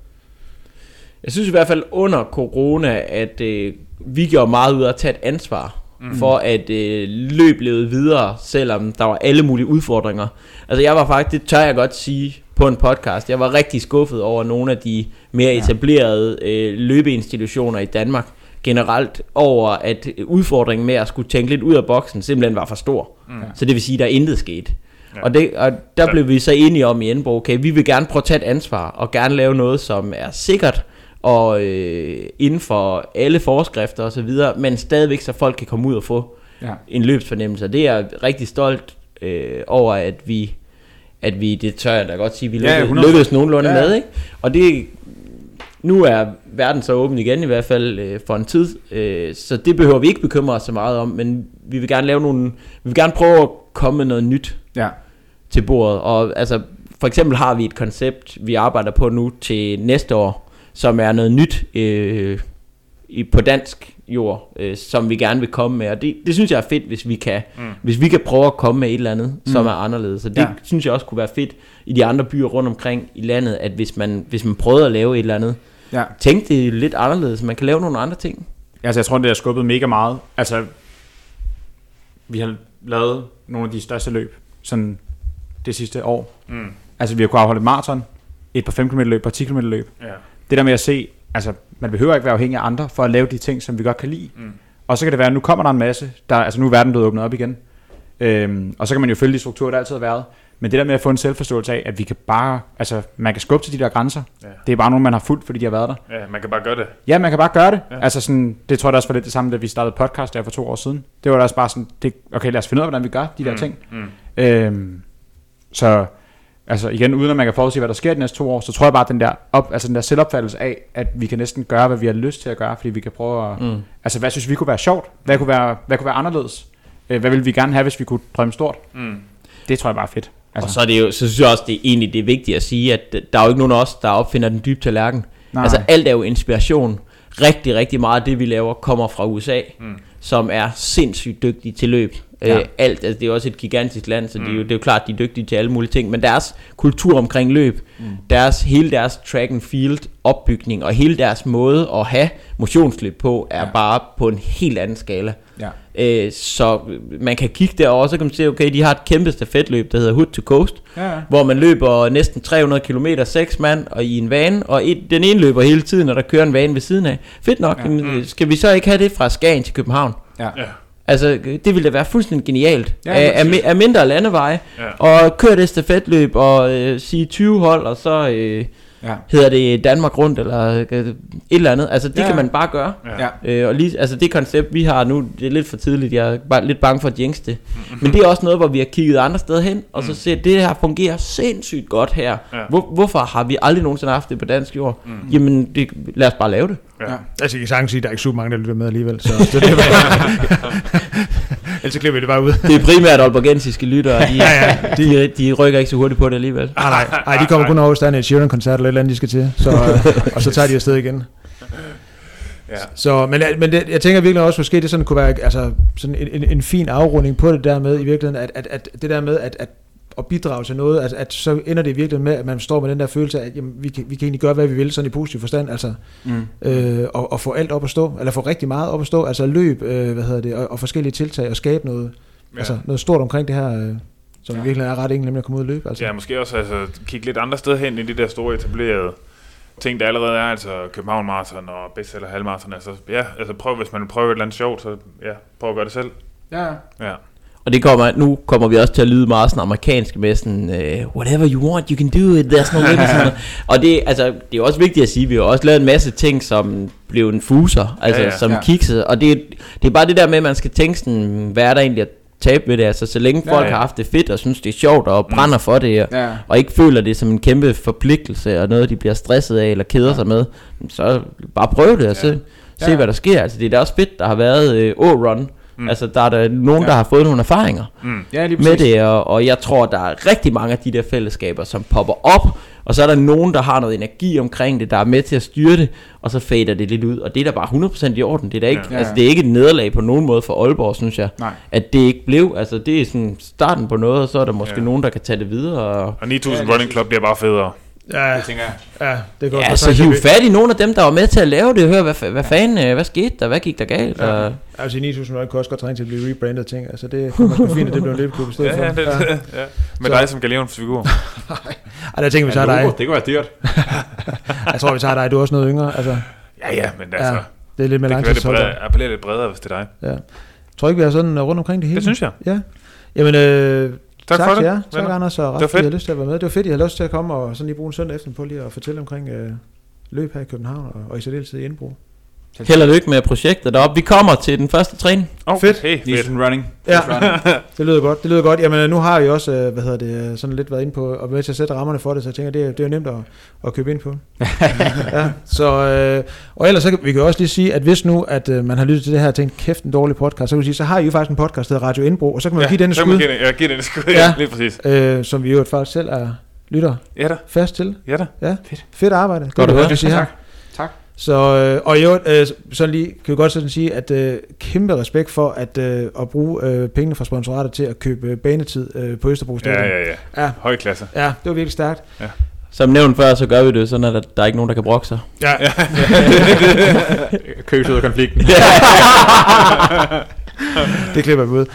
Jeg synes i hvert fald under corona, at øh, vi gjorde meget ud af at tage et ansvar. Mm. For at øh, løb levede videre, selvom der var alle mulige udfordringer. Altså jeg var faktisk, det tør jeg godt sige på en podcast, jeg var rigtig skuffet over nogle af de mere etablerede øh, løbeinstitutioner i Danmark generelt, over at udfordringen med at skulle tænke lidt ud af boksen simpelthen var for stor. Mm. Så det vil sige, der er intet sket. Ja. Og, det, og der blev vi så enige om i Indbro, okay, vi vil gerne prøve at tage et ansvar og gerne lave noget, som er sikkert og øh, inden for alle forskrifter og så videre, men stadigvæk så folk kan komme ud og få ja. en løbsfornemmelse. Det er jeg rigtig stolt øh, over, at vi, at vi, det tør jeg da godt sige, vi ja, lykkedes, lykkedes nogenlunde ja. med, ikke? Og det, nu er verden så åben igen i hvert fald øh, for en tid, øh, så det behøver vi ikke bekymre os så meget om, men vi vil gerne lave nogle, vi vil gerne prøve at komme med noget nyt ja. til bordet, og altså for eksempel har vi et koncept, vi arbejder på nu til næste år, som er noget nyt øh, i, på dansk jord, øh, som vi gerne vil komme med, og det, det synes jeg er fedt, hvis vi kan, mm. hvis vi kan prøve at komme med et eller andet, mm. som er anderledes, så det ja. synes jeg også kunne være fedt i de andre byer rundt omkring i landet, at hvis man, hvis man prøvede at lave et eller andet, ja. tænk det lidt anderledes, man kan lave nogle andre ting. Altså jeg tror, det har skubbet mega meget, altså vi har lavet nogle af de største løb, sådan det sidste år, mm. altså vi har kunnet afholde et maraton, et par fem kilometer løb, et par ti kilometer løb, ja. Det der med at se, altså man behøver ikke være afhængig af andre for at lave de ting, som vi godt kan lide. Mm. Og så kan det være, at nu kommer der en masse, der, altså nu er verden blevet åbnet op igen. Øhm, og så kan man jo følge de strukturer, der altid har været. Men det der med at få en selvforståelse af, at vi kan bare, altså man kan skubbe til de der grænser, ja. Det er bare nogen, man har fulgt, fordi de har været der. Ja, man kan bare gøre det. Ja, man kan bare gøre det. Ja. Altså sådan, det tror jeg også var lidt det samme, da vi startede podcast der for to år siden. Det var da også bare sådan, det, okay, lad os finde ud af, hvordan vi gør de der mm. ting. Mm. Øhm, så altså igen, uden at man kan forudse, hvad der sker de næste to år, så tror jeg bare, at den der, op, altså den der selvopfattelse af, at vi kan næsten gøre, hvad vi har lyst til at gøre, fordi vi kan prøve at, mm. altså hvad synes vi kunne være sjovt? Hvad kunne være, hvad kunne være anderledes? Hvad ville vi gerne have, hvis vi kunne drømme stort? Mm. Det tror jeg bare er fedt. Altså. Og så, er det jo, så synes jeg også, det er egentlig det er vigtigt at sige, at der er jo ikke nogen af os, der opfinder den dybe tallerken. Nej. Altså alt er jo inspiration. Rigtig, rigtig meget af det, vi laver, kommer fra U S A, mm. som er sindssygt dygtige til løb. Ja. Øh, alt, altså det er også et gigantisk land, så mm. det, er jo, det er jo klart, de er dygtige til alle mulige ting, men deres kultur omkring løb, mm. deres, hele deres track and field opbygning, og hele deres måde at have motionsløb på, er ja. bare på en helt anden skala. Ja. Øh, så man kan kigge der, og så kan man se, okay, de har et kæmpe stafetløb, der hedder Hood to Coast, ja, ja. hvor man løber næsten tre hundrede kilometer, seks mand og i en vane, og et, den ene løber hele tiden, og der kører en vane ved siden af. Fedt nok, ja. mm. skal vi så ikke have det fra Skagen til København? Ja. Ja. Altså, det ville da være fuldstændig genialt. Ja, af, af, af mindre landeveje, ja. og køre det stafetløb, og øh, sige tyve hold, og så øh, ja. hedder det Danmark rundt, eller øh, et eller andet. Altså, det ja. kan man bare gøre. Ja. Øh, og lige, altså, det koncept, vi har nu, det er lidt for tidligt, jeg er bare lidt bange for at jinx det. Men det er også noget, hvor vi har kigget andre steder hen, og så ser det her fungerer sindssygt godt her. Ja. Hvor, hvorfor har vi aldrig nogensinde haft det på dansk jord? Mm. Jamen, det, lad os bare lave det. Ja. Ja. Altså, jeg kan sagtens sige, at der er ikke super mange, der lytter med alligevel, så det er det bare. Ellers klipper vi det bare ud. Det er primært aalborgensiske lyttere, de, ja, ja. de, de rykker ikke så hurtigt på det alligevel. Ah, nej, nej, de kommer kun over, hvis der er en Ed Sheeran-koncert eller et eller andet, de skal til, så, og så tager de afsted igen. Ja. Så, men men det, jeg tænker virkelig også, måske det sådan kunne være altså, sådan en, en, en fin afrunding på det der med, i virkeligheden, at, at, at det der med, at, at at bidrage til noget, altså, at så ender det virkelig med, at man står med den der følelse af, at jamen, vi, kan, vi kan egentlig gøre, hvad vi vil, sådan i positiv forstand, altså, mm. øh, og, og få alt op at stå, eller få rigtig meget op at stå, altså løb, øh, hvad hedder det, og, og forskellige tiltag, og skabe noget, ja. altså, noget stort omkring det her, øh, som ja. virkelig er ret enkelt, nemlig at komme ud og løbe. Altså. Ja, måske også altså, kigge lidt andre steder hen, i de der store etablerede ting, der allerede er, altså København Marathon og bestseller halvmarathon, altså, ja, altså prøv, hvis man vil prøve et eller andet sjovt, så ja, prøv at gøre det selv. Ja, ja. Og det kommer, nu kommer vi også til at lyde meget sådan amerikansk med sådan, uh, whatever you want, you can do it, there's no limit. Og det, altså, det er også vigtigt at sige, at vi har også lavet en masse ting, som blev en fuser, altså ja, ja, som ja. kiksede. Og det, det er bare det der med, at man skal tænke sådan, hvad er der egentlig at tabe ved det? Altså, så længe folk ja, ja. har haft det fedt og synes, det er sjovt og brænder for det, og, ja. og ikke føler det som en kæmpe forpligtelse og noget, de bliver stresset af eller keder ja. sig med, så bare prøv det og se, ja. se hvad der sker. Altså, det er da også fedt, der har været uh, O-Run. Mm. Altså der er der nogen ja. der har fået nogle erfaringer mm. ja, med det, og, og jeg tror der er rigtig mange af de der fællesskaber som popper op, og så er der nogen der har noget energi omkring det, der er med til at styre det, og så fader det lidt ud, og det er da bare hundrede procent i orden. Det er da ikke, ja. altså det er ikke et nederlag på nogen måde for Aalborg, synes jeg. Nej. At det ikke blev, altså det er sådan starten på noget, og så er der måske ja. nogen der kan tage det videre, og, og ni tusind ja, Running Club bliver bare federe. Ja, det tænker jeg. Ja, det går. Ja, så hiv fat i nogle af dem, der var med til at lave det, og høre, hvad, hvad fanden, hvad skete der, hvad gik der galt? Ja. Og altså ni tusind kan også godt trænge til at blive rebrandet ting, altså det kunne man sgu fint, at det blev en løbeklub i stedet ja, for. Ja, det, ja. ja. Med dig som Galeons-figur. Ej, der tænker vi, så er dig. Det kunne være dyrt. Jeg tror, vi tager dig, du er også noget yngre, altså. Ja, ja, men altså. Ja, det er lidt mere lang tid. Det kan være, det appellerer lidt bredere, hvis det er dig. Ja. Tror ikke, vi er sådan rundt omkring det hele? Det synes jeg. Ja. Jamen, øh, Tak, tak for det. Ja. Tak, Anders, og Rasmus, jeg har lyst til at være med. Det var fedt, jeg har lyst til at komme og sådan lige bruge en søndag efter på lige at fortælle omkring øh, løb her i København, og, og i særdeleshed i Indbro. Held og lykke med projektet deroppe. Vi kommer til den første træning. Oh, fedt. Hey, fedt. Running. Ja, det lyder godt. Det lyder godt. Jamen, nu har jeg også, øh, hvad hedder det, sådan lidt været inde på, og med til at sætte rammerne for det, så jeg tænker, det er, det er jo nemt at, at købe ind på. Ja, så, øh, og ellers så kan vi kan også lige sige, at hvis nu, at øh, man har lyttet til det her og tænkt, kæft en dårlig podcast, så kan vi sige, så har I jo faktisk en podcast, der hedder Radio Indbro, og så kan man ja, give den et skud. Ja, give den et skud, ja, lige præcis. Øh, som vi jo faktisk selv er lytter ja, da. fast til. Ja da. Ja, fedt. Fedt arbejde. Godt at høre. Tak. Tak. tak. Så, øh, og jo, øh, så lige kan vi godt sådan sige, at øh, kæmpe respekt for at, øh, at bruge øh, pengene fra sponsorater til at købe øh, banetid øh, på Østerbro Stadion. Ja, ja, ja, ja. Høj klasse. Ja, det var virkelig stærkt. Ja. Som nævnt før, så gør vi det sådan, at der er ikke nogen, der kan brokke sig. Ja. ja. Køs ud af konflikten. Det klipper vi ud.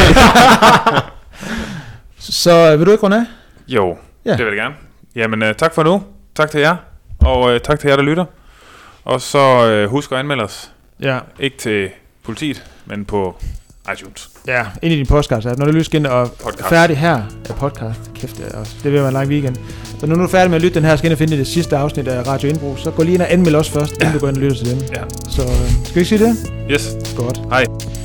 Så vil du ikke runde af? Jo, ja. Det vil jeg gerne. Jamen, uh, tak for nu. Tak til jer. Og uh, tak til jer, der lytter. Og så uh, husk at anmelde os. Ja. Ikke til politiet, men på iTunes. Ja, ind i din podcast. Når du lyst ind og podcast. Færdig her er podcast. kæft, det, er også, det vil være en lang weekend. Så nu er du færdig med at lytte den her, skal ind og finde det sidste afsnit af Radio Indbro. Så gå lige ind og anmeld os først, inden ja. du går ind og lytter til dem. Ja. Så øh, skal vi ikke sige det? Yes. Godt. Hej.